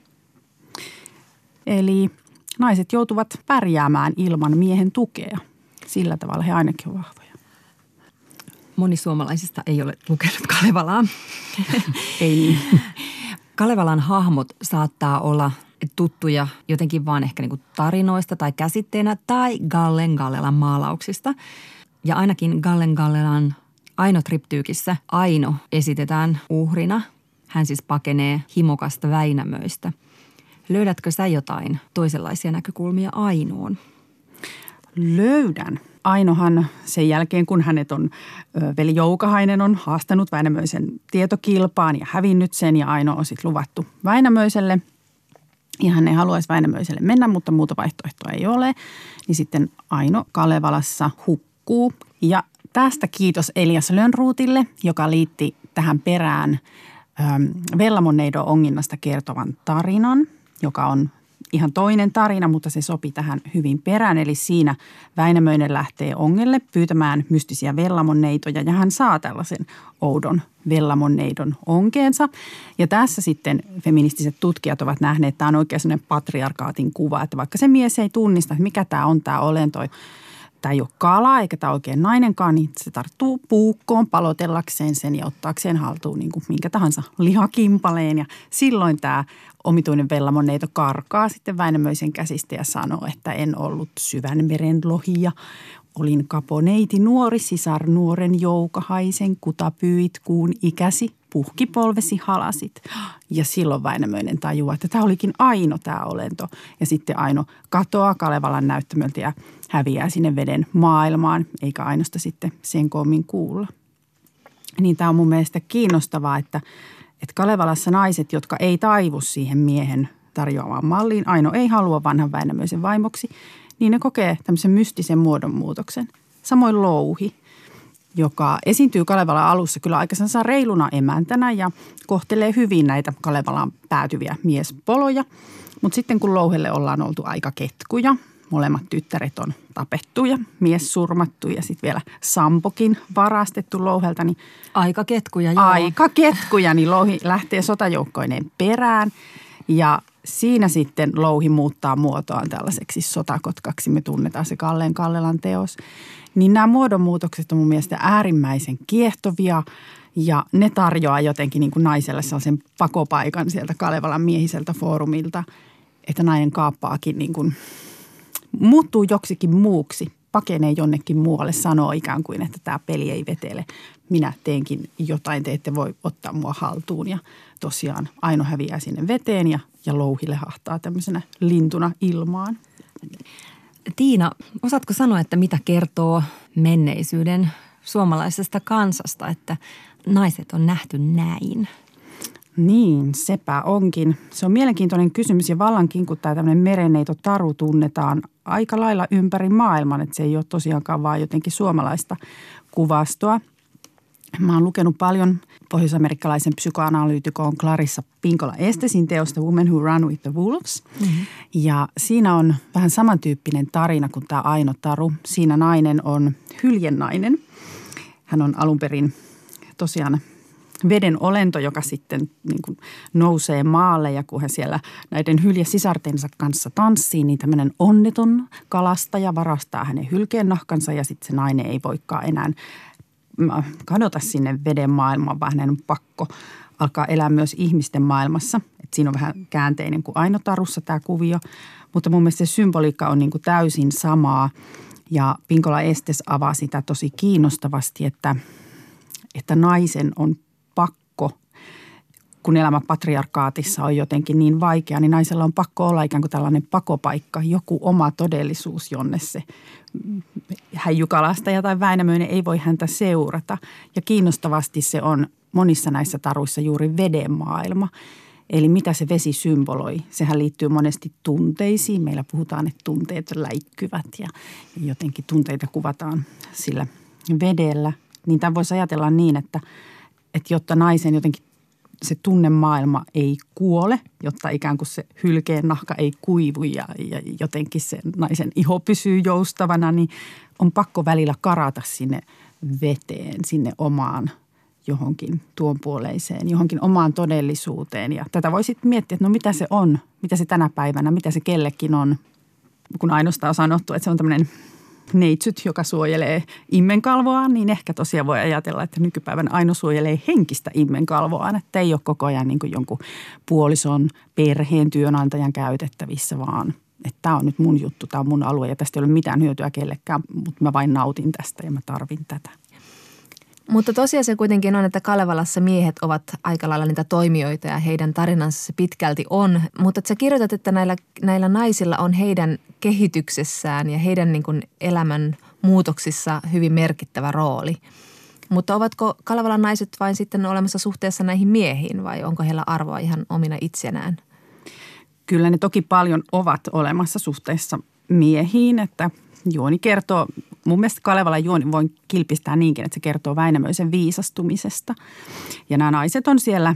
Eli naiset joutuvat pärjäämään ilman miehen tukea. Sillä tavalla he ainakin ovat vahvoja. Moni suomalaisista ei ole lukenut Kalevalaa. Ei niin. Kalevalan hahmot saattaa olla tuttuja jotenkin vaan ehkä niinku tarinoista tai käsitteenä tai Gallen Gallelan maalauksista. Ja ainakin Gallen Gallelan Aino-triptyykissä Aino esitetään uhrina. Hän siis pakenee himokasta Väinämöistä. Löydätkö sä jotain toisenlaisia näkökulmia Ainoon? Löydän. Ainohan sen jälkeen, kun hänet on, veli Joukahainen on haastanut Väinämöisen tietokilpaan ja hävinnyt sen ja Aino on sitten luvattu Väinämöiselle. Ja hän ei haluaisi Väinämöiselle mennä, mutta muuta vaihtoehtoa ei ole. Niin sitten Aino Kalevalassa hukkuu. Ja tästä kiitos Elias Lönnrotille, joka liitti tähän perään ähm, Vellamonneidon onginnasta kertovan tarinan, joka on ihan toinen tarina, mutta se sopi tähän hyvin perään. Eli siinä Väinämöinen lähtee ongelle pyytämään mystisiä vellamonneitoja ja hän saa tällaisen oudon vellamonneidon onkeensa. Ja tässä sitten feministiset tutkijat ovat nähneet, että tämä on oikein sellainen patriarkaatin kuva, että vaikka se mies ei tunnista, että mikä tämä on tämä olento, tämä ei ole kala eikä tämä oikein nainenkaan, niin se tarttuu puukkoon palotellakseen sen ja ottaakseen haltuun niin kuin minkä tahansa lihakimpaleen. Ja silloin tämä omituinen vellamonneito karkaa sitten Väinämöisen käsistä ja sanoo, että en ollut syvän meren lohia. Olin kaponeiti nuori sisar nuoren Joukahaisen, kutapyyit kuun ikäsi, puhkipolvesi halasit. Ja silloin Väinämöinen tajuaa, että tämä olikin Aino tämä olento. Ja sitten Aino katoaa Kalevalan näyttämöltä ja häviää sinne veden maailmaan, eikä Ainosta sitten sen koommin kuulla. Niin tämä on mun mielestä kiinnostavaa, että, että Kalevalassa naiset, jotka ei taivu siihen miehen tarjoamaan malliin, Aino ei halua vanhan Väinämöisen vaimoksi, niin ne kokee tämmöisen mystisen muodonmuutoksen. Samoin Louhi, joka esiintyy Kalevalan alussa kyllä aikaisemmin reiluna emäntänä ja kohtelee hyvin näitä Kalevalaan päätyviä miespoloja. Mutta sitten kun Louhelle ollaan oltu aika ketkuja, molemmat tyttäret on tapettu ja mies surmattu ja sitten vielä sampokin varastettu Louhelta. Niin aika ketkuja, joo. Aika ketkuja, niin Louhi lähtee sotajoukkoineen perään ja siinä sitten Louhi muuttaa muotoaan tällaiseksi sotakotkaksi. Me tunnetaan se Gallen Gallelan teos. Niin nämä muodonmuutokset on mun mielestä äärimmäisen kiehtovia ja ne tarjoaa jotenkin niin kuin naiselle sellaisen pakopaikan sieltä Kalevalan miehiseltä foorumilta, että nainen kaappaakin niin kuin, muuttuu joksikin muuksi, pakenee jonnekin muualle, sanoo ikään kuin, että tämä peli ei vetele. Minä teenkin jotain, te ette voi ottaa mua haltuun ja tosiaan Aino häviää sinne veteen ja, ja Louhi lehahtaa tämmöisenä lintuna ilmaan. Tiina, osaatko sanoa, että mitä kertoo menneisyyden suomalaisesta kansasta, että naiset on nähty näin? Niin, sepä onkin. Se on mielenkiintoinen kysymys ja vallankin, kun tämä tämmöinen merenneito taru tunnetaan aika lailla ympäri maailman, että se ei ole tosiaankaan vaan jotenkin suomalaista kuvastoa. Mä oon lukenut paljon pohjois-amerikkalaisen psykoanalyytikon Clarissa Pinkola Estesin teosta Women Who Run with the Wolves. Mm-hmm. Ja siinä on vähän samantyyppinen tarina kuin tämä Aino Taru. Siinä nainen on hyljennainen. Hän on alun perin tosiaan veden olento, joka sitten niin kuin nousee maalle ja kun hän siellä näiden hyljesisartensa kanssa tanssii, niin tämmöinen onneton kalastaja varastaa hänen hylkeennahkansa ja sitten se nainen ei voikaan enää kadota sinne veden maailmaan, vaan hänen on pakko alkaa elää myös ihmisten maailmassa. Et siinä on vähän käänteinen kuin Aino Tarussa tämä kuvio, mutta mun mielestä se symboliikka on niin kuin täysin samaa ja Pinkola Estes avaa sitä tosi kiinnostavasti, että, että naisen on pakko, kun elämä patriarkaatissa on jotenkin niin vaikea, niin naisella on pakko olla ikään kuin tällainen pakopaikka, joku oma todellisuus, jonne se häijykalastaja tai Väinämöinen ei voi häntä seurata. Ja kiinnostavasti se on monissa näissä taruissa juuri veden maailma. Eli mitä se vesi symboloi? Sehän liittyy monesti tunteisiin. Meillä puhutaan, että tunteet läikkyvät ja jotenkin tunteita kuvataan sillä vedellä. Niin tämän voisi ajatella niin, että, että jotta naisen jotenkin se tunnemaailma ei kuole, jotta ikään kuin se hylkeen nahka ei kuivu ja, ja jotenkin se naisen iho pysyy joustavana, niin on pakko välillä karata sinne veteen, sinne omaan johonkin tuonpuoleiseen, johonkin omaan todellisuuteen. Ja tätä voi sitten miettiä, että no mitä se on, mitä se tänä päivänä, mitä se kellekin on. Kun ainoastaan on sanottu, että se on tämmöinen neitsyt, joka suojelee immenkalvoaan, niin ehkä tosiaan voi ajatella, että nykypäivän Aino suojelee henkistä immenkalvoaan, että ei ole koko ajan niin kuin jonkun puolison, perheen, työnantajan käytettävissä, vaan että tämä on nyt mun juttu, tämä on mun alue ja tästä ei ole mitään hyötyä kellekään, mutta mä vain nautin tästä ja mä tarvin tätä. Mutta tosiaan se kuitenkin on, että Kalevalassa miehet ovat aika lailla niitä toimijoita ja heidän tarinansa se pitkälti on. Mutta sä kirjoitat, että näillä, näillä naisilla on heidän kehityksessään ja heidän niin kuin elämän muutoksissa hyvin merkittävä rooli. Mutta ovatko Kalevalan naiset vain sitten olemassa suhteessa näihin miehiin vai onko heillä arvoa ihan omina itsenään? Kyllä ne toki paljon ovat olemassa suhteessa miehiin, että juoni kertoo, mun mielestä Kalevalan juoni voi kilpistää niinkin, että se kertoo Väinämöisen viisastumisesta. Ja nämä naiset on siellä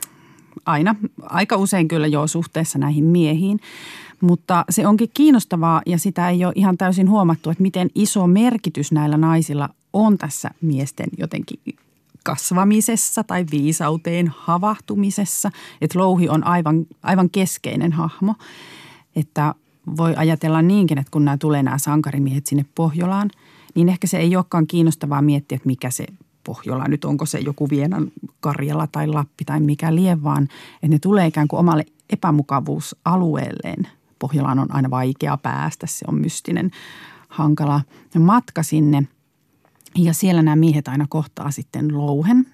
aina, aika usein kyllä jo suhteessa näihin miehiin, mutta se onkin kiinnostavaa ja sitä ei ole ihan täysin huomattu, että miten iso merkitys näillä naisilla on tässä miesten jotenkin kasvamisessa tai viisauteen havahtumisessa. Että Louhi on aivan, aivan keskeinen hahmo, että voi ajatella niinkin, että kun nämä tulee nämä sankarimiehet sinne Pohjolaan, niin ehkä se ei olekaan kiinnostavaa miettiä, että mikä se Pohjola nyt, onko se joku Vienan Karjala tai Lappi tai mikä lie, vaan että ne tulee ikään kuin omalle epämukavuusalueelleen. Pohjolaan on aina vaikea päästä, se on mystinen, hankala matka sinne. Ja siellä nämä miehet aina kohtaa sitten Louhen,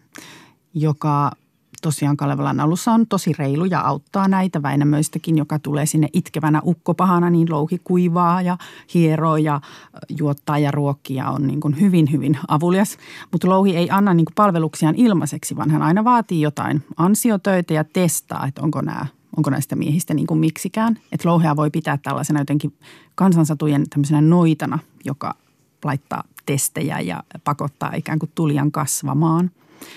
joka tosiaan Kalevalan alussa on tosi reilu ja auttaa näitä Väinämöistäkin, joka tulee sinne itkevänä ukkopahana, niin Louhi kuivaa ja hieroo ja juottaa ja ruokkii ja on niin kuin hyvin, hyvin avulias. Mutta Louhi ei anna niin kuin palveluksiaan ilmaiseksi, vaan hän aina vaatii jotain ansiotöitä ja testaa, että onko, nämä, onko näistä miehistä niin kuin miksikään. Että Louhea voi pitää tällaisena jotenkin kansansatujen tämmöisenä noitana, joka laittaa testejä ja pakottaa ikään kuin tulijan kasvamaan.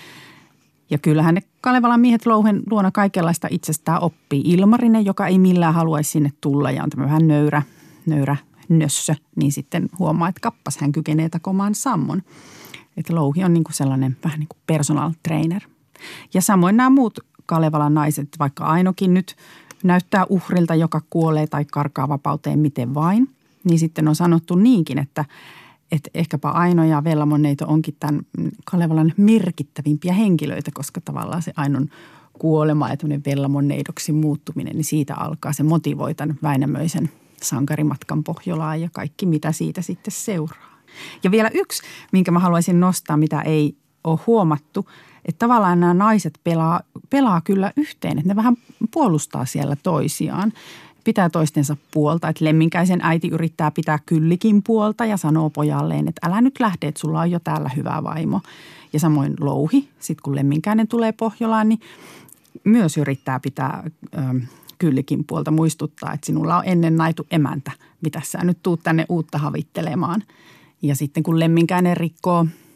Ja kyllähän ne Kalevalan miehet Louhen luona kaikenlaista itsestään oppii. Ilmarinen, joka ei millään haluaisi sinne tulla ja on tämmöinen vähän nöyrä, nöyrä nössö, niin sitten huomaa, että kappas hän kykenee takomaan sammon. Että Louhi on niin kuin sellainen vähän niin kuin personal trainer. Ja samoin nämä muut Kalevalan naiset, vaikka Ainokin nyt näyttää uhrilta, joka kuolee tai karkaa vapauteen miten vain, niin sitten on sanottu niinkin, että että ehkäpä Aino ja Vellamonneito onkin tämän Kalevalan merkittävimpiä henkilöitä, koska tavallaan se Ainon kuolema ja tämmöinen Vellamonneidoksi muuttuminen, niin siitä alkaa se motivoi tämän Väinämöisen sankarimatkan Pohjolaan ja kaikki, mitä siitä sitten seuraa. Ja vielä yksi, minkä mä haluaisin nostaa, mitä ei ole huomattu, että tavallaan nämä naiset pelaa, pelaa kyllä yhteen, että ne vähän puolustaa siellä toisiaan. Pitää toistensa puolta, että Lemminkäisen äiti yrittää pitää Kyllikin puolta ja sanoo pojalleen, että älä nyt lähde, että sulla on jo täällä hyvä vaimo. Ja samoin Louhi, sitten kun Lemminkäinen tulee Pohjolaan, niin myös yrittää pitää ö, Kyllikin puolta, muistuttaa, että sinulla on ennen naitu emäntä, mitä sä nyt tuut tänne uutta havittelemaan. Ja sitten kun Lemminkäinen rikkoo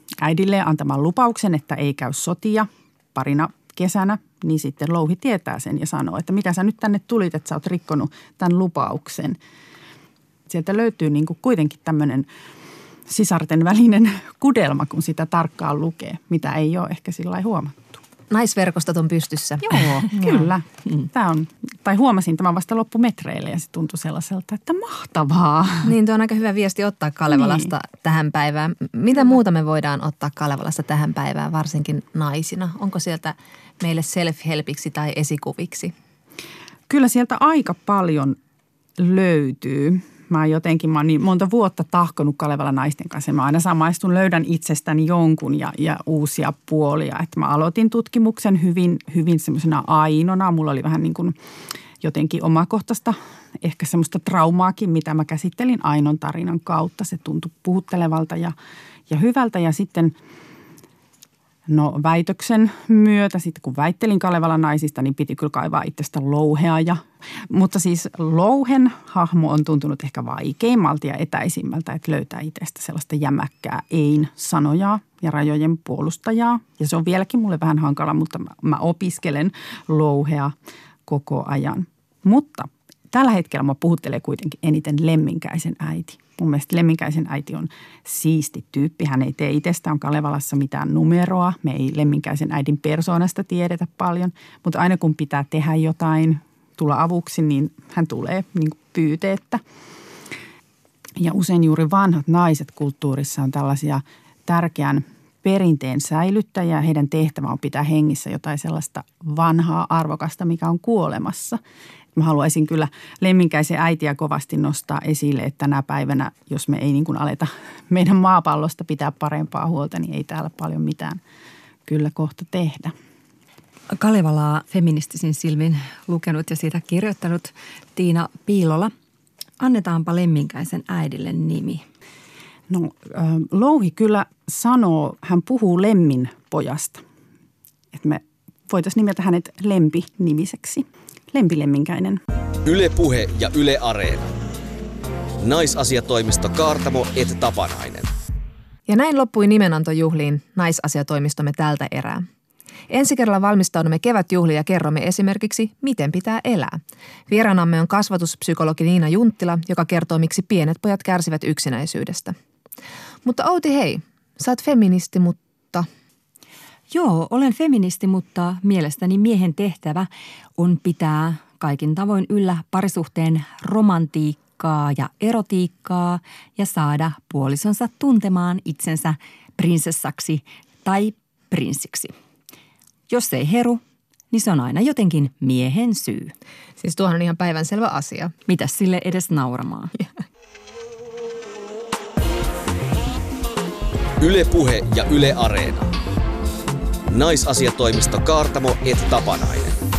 äidilleen antaman lupauksen, että ei käy sotia parina kesänä, niin sitten Louhi tietää sen ja sanoo, että mitä sä nyt tänne tulit, että sä oot rikkonut tämän lupauksen. Sieltä löytyy niin kuin kuitenkin tämmöinen sisarten välinen kudelma, kun sitä tarkkaan lukee, mitä ei ole ehkä sillä lailla huomattu. Naisverkostot on pystyssä. Joo, kyllä. Tämä on, tai huomasin tämän vasta loppumetreille ja se tuntui sellaiselta, että mahtavaa. Niin, tuo on aika hyvä viesti ottaa Kalevalasta niin. tähän päivään. Mitä muuta me voidaan ottaa Kalevalasta tähän päivään, varsinkin naisina? Onko sieltä meille self-helpiksi tai esikuviksi? Kyllä sieltä aika paljon löytyy. Mä jotenkin, mä oon niin monta vuotta tahkonut Kalevala naisten kanssa. Mä aina samaistun, löydän itsestäni jonkun ja, ja uusia puolia. Että mä aloitin tutkimuksen hyvin, hyvin semmoisena ainona. Mulla oli vähän niin kuin jotenkin omakohtaista, ehkä semmoista traumaakin, mitä mä käsittelin Ainon tarinan kautta. Se tuntui puhuttelevalta ja, ja hyvältä ja sitten no väitöksen myötä, sitten kun väittelin Kalevalan naisista, niin piti kyllä kaivaa itsestä louhea. Ja, mutta siis louhen hahmo on tuntunut ehkä vaikeimmalta ja etäisimmältä, että löytää itsestä sellaista jämäkkää ein-sanojaa ja rajojen puolustajaa. Ja se on vieläkin mulle vähän hankala, mutta mä, mä opiskelen louhea koko ajan. Mutta tällä hetkellä mä puhuttelen kuitenkin eniten Lemminkäisen äiti. Mun mielestä Lemminkäisen äiti on siisti tyyppi. Hän ei tee itsestään Kalevalassa mitään numeroa. Me ei Lemminkäisen äidin persoonasta tiedetä paljon, mutta aina kun pitää tehdä jotain, tulla avuksi, niin hän tulee niin kuin pyyteettä. Ja usein juuri vanhat naiset kulttuurissa on tällaisia tärkeän perinteen säilyttäjiä. Heidän tehtävä on pitää hengissä jotain sellaista vanhaa arvokasta, mikä on kuolemassa. Mä haluaisin kyllä Lemminkäisen äitiä kovasti nostaa esille, että tänä päivänä, jos me ei niin kuin aleta meidän maapallosta pitää parempaa huolta, niin ei täällä paljon mitään kyllä kohta tehdä. Kalevalaa feministisin silmin lukenut ja siitä kirjoittanut Tiina Piilola. Annetaanpa Lemminkäisen äidille nimi. No Louhi kyllä sanoo, hän puhuu Lemmin pojasta. Että me voitaisiin nimetä hänet Lempi-nimiseksi. Lempi Lemminkäinen. Yle Puhe ja Yle Areena. Naisasiatoimisto Kaartamo et Tapanainen. Ja näin loppui nimenantojuhliin naisasiatoimistomme tältä erää. Ensi kerralla valmistaudumme kevätjuhliin ja kerromme esimerkiksi, miten pitää elää. Vieraanamme on kasvatuspsykologi Niina Junttila, joka kertoo, miksi pienet pojat kärsivät yksinäisyydestä. Mutta Outi, hei, sä oot feministi, mutta... Joo, olen feministi, mutta mielestäni miehen tehtävä on pitää kaikin tavoin yllä parisuhteen romantiikkaa ja erotiikkaa ja saada puolisonsa tuntemaan itsensä prinsessaksi tai prinssiksi. Jos se ei heru, niin se on aina jotenkin miehen syy. Siis tuohan on ihan päivänselvä asia. Mitäs sille edes nauramaan? Yle Puhe ja Yle Areena. Naisasiatoimisto Kaartamo et Tapanainen.